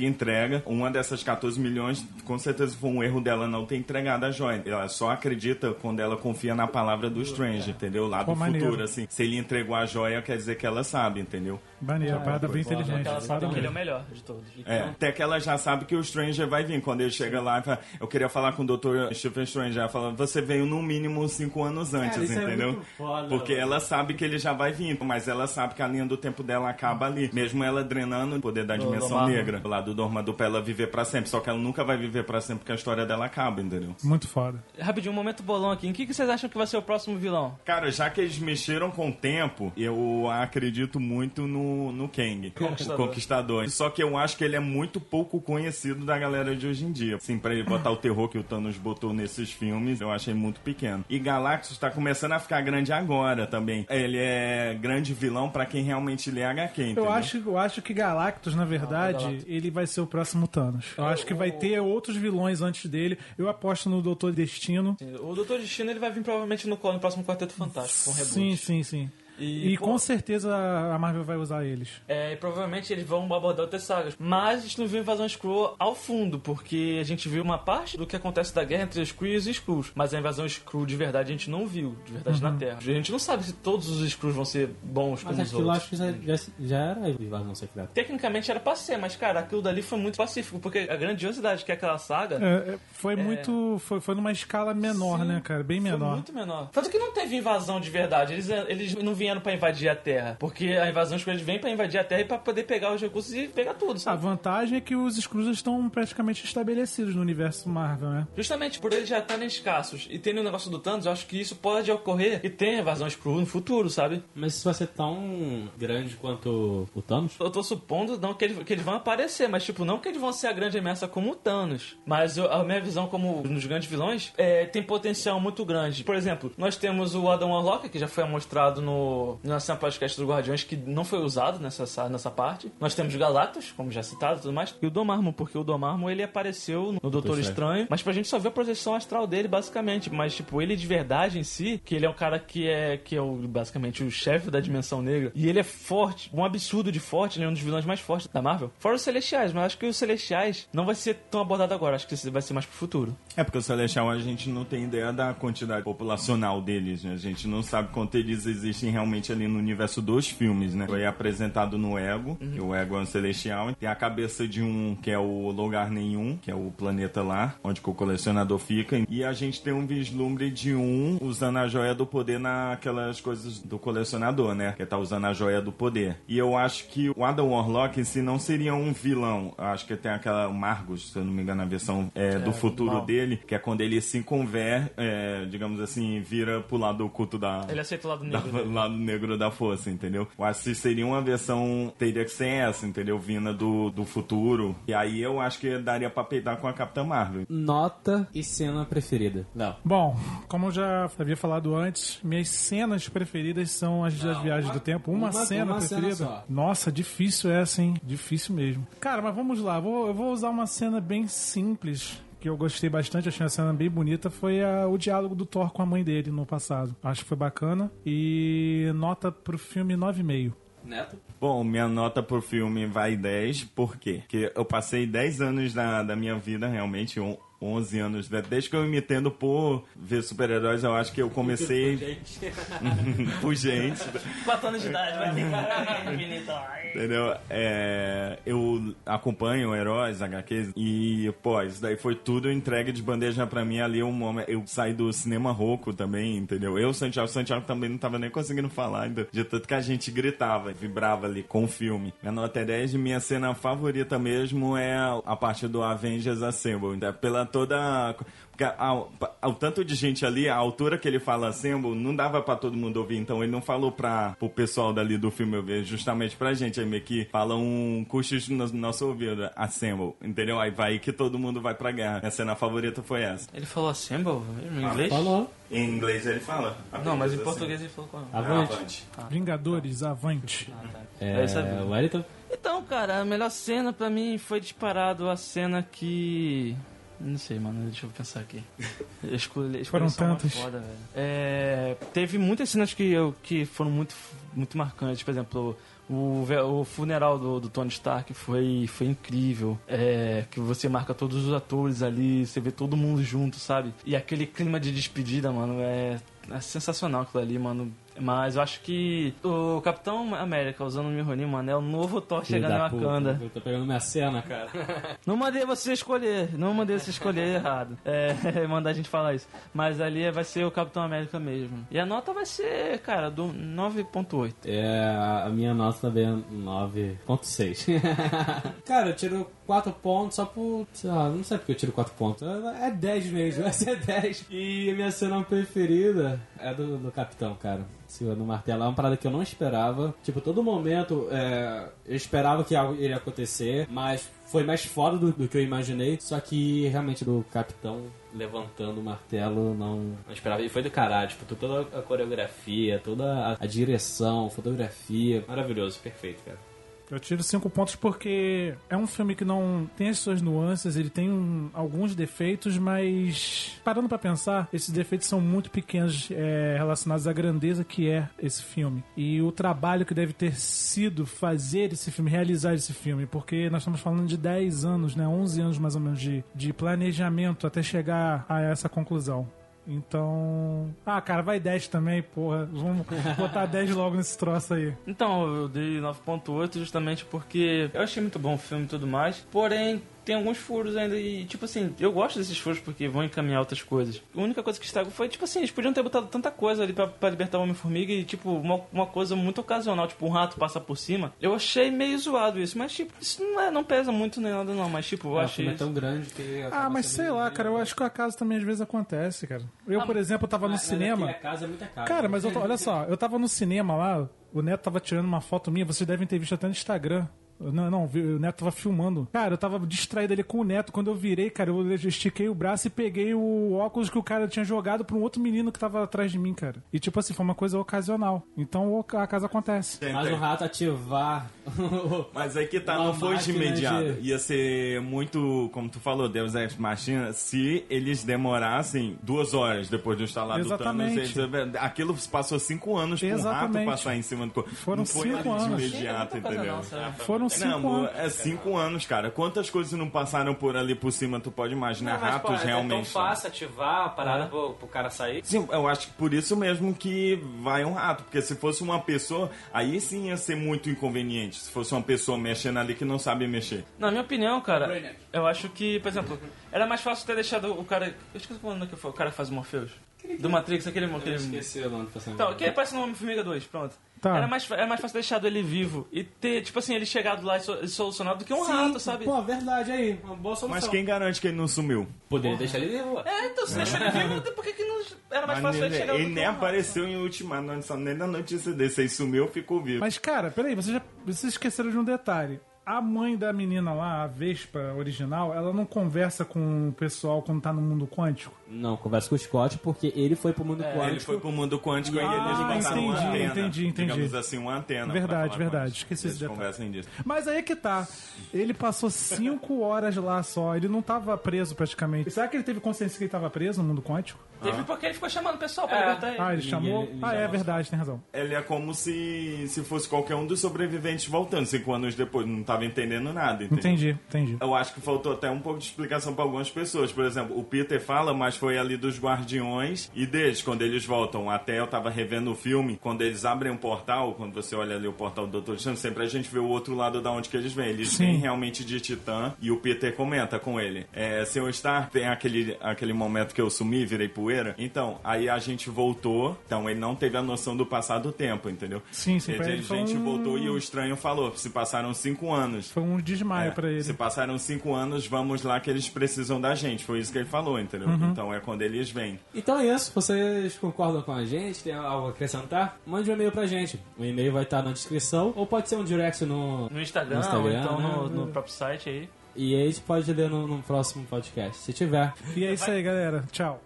E: entrega. Uma dessas 14 milhões, com certeza foi um erro dela não ter entregado a joia. Ela só acredita quando ela confia na palavra do Strange, entendeu? Lá do futuro,
C: maneiro.
E: assim. Se ele entregou a joia, quer dizer que ela sabe, entendeu?
C: Maneiro, parada bem inteligente.
D: Ela sabe
C: Foda
D: que ele é o
C: mesmo.
D: melhor de todos.
E: Até que ela já sabe que o Stranger vai vir. Quando ele chega lá e fala, eu queria falar com o Dr. Stephen Strange. Ela fala, você veio no mínimo 5 anos antes,
B: isso é
E: entendeu?
B: muito foda,
E: Porque ela sabe que ele já vai vir, mas ela sabe que a linha do tempo dela acaba ali. Mesmo ela drenando o poder da dimensão
D: Dormammu.
E: negra, lá do Dormammu, pra ela viver pra sempre. Só que ela nunca vai viver pra sempre, porque a história dela acaba, entendeu?
C: Muito foda.
D: Rapidinho, um momento bolão aqui. Em que vocês acham que vai ser o próximo vilão?
E: Cara, já que eles mexeram com o tempo, eu acredito muito no Kang, o Conquistador. Só que eu acho que ele é muito pouco conhecido da galera de hoje em dia. Assim, pra ele botar o terror que o Thanos botou nesses filmes, eu achei muito pequeno. E Galactus tá começando a ficar grande agora também. Ele é grande vilão pra quem realmente lê HQ, entendeu?
C: Eu acho que Galactus, na verdade, ele vai ser o próximo Thanos. Eu acho que vai ter outros vilões antes dele. Eu aposto no Doutor Destino.
D: O Doutor Destino ele vai vir provavelmente no próximo Quarteto Fantástico, com um reboot.
C: Sim.
D: E,
C: com certeza a Marvel vai usar eles.
D: E provavelmente eles vão abordar outras sagas. Mas a gente não viu Invasão Skrull ao fundo, porque a gente viu uma parte do que acontece da guerra entre os Skrulls e os Skrulls. Mas a Invasão Skrull de verdade a gente não viu, de verdade na Terra. A gente não sabe se todos os Skrulls vão ser bons como
B: Mas
D: os
B: aquilo
D: outros.
B: acho que já era invasão secreta.
D: Tecnicamente era pra ser, mas cara, aquilo dali foi muito pacífico, porque a grandiosidade que é aquela saga...
C: Foi numa escala menor,
D: Sim,
C: né, cara? Bem menor.
D: Foi muito menor. Tanto que não teve invasão de verdade. Eles não vieram pra invadir a Terra. Porque a invasão Skrull vem pra invadir a Terra e pra poder pegar os recursos e pegar tudo,
C: A
D: sabe?
C: vantagem é que os Skrulls estão praticamente estabelecidos no universo Marvel, né?
D: Justamente por eles já estarem escassos e tendo o negócio do Thanos, eu acho que isso pode ocorrer e tem invasão Skrull no futuro, sabe?
B: Mas isso vai ser tão grande quanto o Thanos?
D: Eu tô supondo não que eles vão aparecer, mas tipo, não que eles vão ser a grande ameaça como o Thanos. Mas a minha visão como nos grandes vilões tem potencial muito grande. Por exemplo, nós temos o Adam Warlock, que já foi mostrado na cena podcast do Guardiões, que não foi usado nessa parte. Nós temos Galactus, como já citado e tudo mais. E o Dormammu, porque o Dormammu ele apareceu no Doutor Estranho, mas pra gente só ver a projeção astral dele, basicamente. Mas, tipo, ele de verdade em si, que ele é um cara que é basicamente o chefe da Dimensão Negra. E ele é forte, um absurdo de forte, ele é um dos vilões mais fortes da Marvel. Fora os Celestiais, mas acho que os Celestiais não vai ser tão abordado agora. Acho que vai ser mais pro futuro.
E: Porque o Celestial a gente não tem ideia da quantidade populacional deles, né? A gente não sabe quanto eles existem realmente ali no universo dos filmes, né? Foi apresentado no Ego, que o Ego é um Celestial. Tem a cabeça de um, que é o Lugar Nenhum, que é o planeta lá, onde que o colecionador fica. E a gente tem um vislumbre de um usando a joia do poder naquelas coisas do colecionador, né? Que tá usando a joia do poder. E eu acho que o Adam Warlock em si não seria um vilão. Eu acho que tem aquela Margus, se eu não me engano, a versão do futuro dele, que é quando ele se converte, digamos assim, vira pro lado oculto
D: Ele aceita o lado negro.
E: lado negro da força, entendeu? Eu acho que seria uma versão, teria que ser essa, entendeu? Vinda do futuro. E aí eu acho que daria pra peitar com a Capitã Marvel.
B: Nota e cena preferida. Não.
C: Bom, como eu já havia falado antes, minhas cenas preferidas são as das viagens do tempo. Uma cena preferida.
B: só.
C: Nossa, difícil essa, hein? Difícil mesmo. Cara, mas vamos lá. Eu vou usar uma cena bem simples, que eu gostei bastante, achei uma cena bem bonita, foi o diálogo do Thor com a mãe dele no passado. Acho que foi bacana. E nota pro filme 9,5.
B: Neto?
E: Bom, minha nota pro filme vai 10, por quê? Porque eu passei 10 anos da minha vida, realmente, 11 anos, desde que eu me entendo por ver super-heróis, eu acho que eu comecei... por gente.
D: 4 anos de idade, vai ter cara infinito.
E: Entendeu? Eu acompanho heróis, HQs, e, pô, isso daí foi tudo entregue de bandeja pra mim ali, um momento. Eu saí do cinema rouco também, entendeu? Santiago também não tava nem conseguindo falar, ainda, de tanto que a gente gritava, vibrava ali com o filme. Minha nota é 10, e minha cena favorita mesmo é a parte do Avengers Assemble, pela toda... Porque ao tanto de gente ali, a altura que ele fala Assemble, não dava pra todo mundo ouvir, então ele não falou pro pessoal dali do filme ouvir, justamente pra gente, aí meio que fala um cochicho no nosso ouvido, Assemble, entendeu? Aí vai que todo mundo vai pra guerra. Minha cena favorita foi essa.
D: Ele falou Assemble mesmo em inglês?
B: Falou.
E: Em inglês ele fala.
D: Não, mas em
E: Avengers
D: português ele falou qual?
B: Avante.
C: Vingadores, avante.
B: O Wellington?
D: Então, cara, a melhor cena pra mim foi disparado a cena que Não sei, mano, deixa eu pensar aqui. Eu escolhi
C: Foram
D: só uma
C: tantas.
D: foda, velho. Teve muitas cenas que foram muito marcantes. Por exemplo, o funeral do Tony Stark foi incrível. Que você marca todos os atores ali, você vê todo mundo junto, sabe? E aquele clima de despedida, mano, é sensacional aquilo ali, mano. Mas eu acho que o Capitão América usando o Mjolnir, mano, é o novo Thor chegando em Wakanda.
B: Eu tô pegando minha cena, cara.
D: Não mandei você escolher errado. Mandar a gente falar isso. Mas ali vai ser o Capitão América mesmo. E a nota vai ser, cara, do 9.8.
B: A minha nota também é 9.6. Cara, eu tiro 4 pontos só por... Sei lá, não sei porque eu tiro 4 pontos. É 10 mesmo, vai ser 10. E a minha cena preferida é do Capitão, cara. No martelo é uma parada que eu não esperava. Tipo, todo momento eu esperava que algo iria acontecer, mas foi mais foda do que eu imaginei. Só que realmente do Capitão levantando o martelo não esperava. E foi do caralho, tipo, toda a coreografia, toda a direção, fotografia. Maravilhoso, perfeito, cara.
C: Eu tiro 5 pontos porque é um filme que não tem as suas nuances, ele tem alguns defeitos, mas parando pra pensar, esses defeitos são muito pequenos relacionados à grandeza que é esse filme. E o trabalho que deve ter sido fazer esse filme, realizar esse filme, porque nós estamos falando de 10 anos, né, 11 anos mais ou menos de planejamento até chegar a essa conclusão. Então... cara, vai 10 também, porra. Vamos botar 10 logo nesse troço aí.
D: Então, eu dei 9.8 justamente porque eu achei muito bom o filme e tudo mais. Porém, tem alguns furos ainda e, tipo assim, eu gosto desses furos porque vão encaminhar outras coisas. A única coisa que estragou foi, tipo assim, eles podiam ter botado tanta coisa ali pra libertar o Homem-Formiga e, tipo, uma coisa muito ocasional, tipo, um rato passa por cima. Eu achei meio zoado isso, mas, tipo, isso não pesa muito nem nada não, mas, tipo, eu achei...
B: O filme é tão grande que...
C: mas sei lá, cara, eu acho que o acaso também às vezes acontece, cara. Eu, por exemplo, tava no cinema...
B: A casa é muita casa.
C: Cara, mas olha só, eu tava no cinema lá, o Neto tava tirando uma foto minha, vocês devem ter visto até no Instagram. Não, o Neto tava filmando. Cara, eu tava distraído ali com o Neto. Quando eu virei, cara, eu estiquei o braço e peguei o óculos que o cara tinha jogado pra um outro menino que tava atrás de mim, cara. E tipo assim, foi uma coisa ocasional. Então a casa acontece.
B: Mas o rato ativar...
E: Mas aí que tá, não foi de imediato. Ia ser muito, como tu falou, Deus Ex Machina, se eles demorassem 2 horas depois de instalar do Thanos. Aquilo passou 5 anos pro rato passar em cima do corpo.
C: Foram 5 anos.
E: De imediato, entendeu?
C: Foram 5 anos.
E: É 5 anos, cara. Quantas coisas não passaram por ali por cima, tu pode imaginar? Ratos realmente.
A: É tão fácil ativar a parada pro cara sair?
E: Sim, eu acho que por isso mesmo que vai um rato. Porque se fosse uma pessoa, aí sim ia ser muito inconveniente. Se fosse uma pessoa mexendo ali que não sabe mexer.
D: Na minha opinião, cara, eu acho que, por exemplo, era mais fácil ter deixado o cara... Eu esqueci o nome que foi, o cara que faz o Morpheus. Do Matrix, aquele...
B: Eu esqueci o nome.
D: Então, que aparece no Homem-Formiga 2, pronto.
C: Tá.
D: Era mais fácil deixado ele vivo e ter, tipo assim, ele chegado lá e solucionado do que um rato, sabe?
B: Pô, verdade aí. Uma boa solução.
E: Mas quem garante que ele não sumiu?
B: Poderia deixar ele vivo.
D: Então se deixou ele vivo, por que não era mais fácil ele chegar
E: Ele
D: do que
E: nem
D: um rato,
E: apareceu em Ultimato, nem na notícia desse. Aí sumiu, ficou vivo.
C: Mas, cara, peraí, vocês esqueceram de um detalhe. A mãe da menina lá, a Vespa original, ela não conversa com o pessoal quando tá no mundo quântico?
B: Não, conversa com o Scott porque ele foi pro mundo quântico.
E: Ele foi pro mundo quântico e eles passaram uma antena.
C: Entendi.
E: Digamos assim, uma antena.
C: Verdade. Esqueci esse
E: Eles
C: detalhe.
E: conversam disso.
C: Mas aí que tá. Ele passou 5 horas lá só. Ele não tava preso praticamente. Será que ele teve consciência que ele tava preso no mundo quântico?
D: Teve porque ele ficou chamando o pessoal pra libertar ele.
C: Ele chamou? É verdade, tem razão.
E: Ele é como se fosse qualquer um dos sobreviventes voltando 5 anos depois. Não tava entendendo nada, entendeu?
C: Entendi.
E: Eu acho que faltou até um pouco de explicação pra algumas pessoas. Por exemplo, o Peter fala, mas foi ali dos Guardiões e deles, quando eles voltam. Até eu tava revendo o filme, quando eles abrem um portal, quando você olha ali o portal do Dr. Destino, sempre a gente vê o outro lado da onde que eles vêm. Eles vêm realmente de Titã e o Peter comenta com ele. Senhor Stark, tem aquele momento que eu sumi, virei poeira. Então, aí a gente voltou. Então, ele não teve a noção do passar do tempo, entendeu?
C: Sim,
E: A gente voltou e o Estranho falou, se passaram 5 anos.
C: Foi um desmaio pra ele.
E: Se passaram 5 anos, vamos lá que eles precisam da gente. Foi isso que ele falou, entendeu? Então, é quando eles vêm.
B: Então é isso. Vocês concordam com a gente? Tem algo a acrescentar? Mande um e-mail pra gente. O e-mail vai estar na descrição ou pode ser um direct no
D: Instagram, ou então no próprio site aí.
B: E aí a gente pode ler no próximo podcast, se tiver.
C: E é isso aí, galera. Tchau.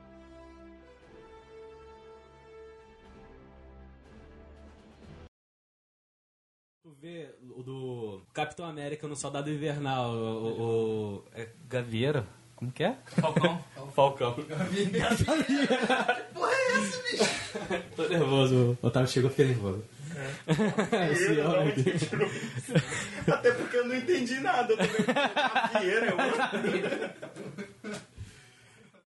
B: Tu vê o do Capitão América no Soldado Invernal,
A: É Gaviera? Como que é?
D: Falcão.
A: Falcão.
I: Porra, é essa, bicho?
B: Tô nervoso. O Otávio chegou, fiquei nervoso.
E: Até porque eu não entendi nada. Eu tô vendo Fieira,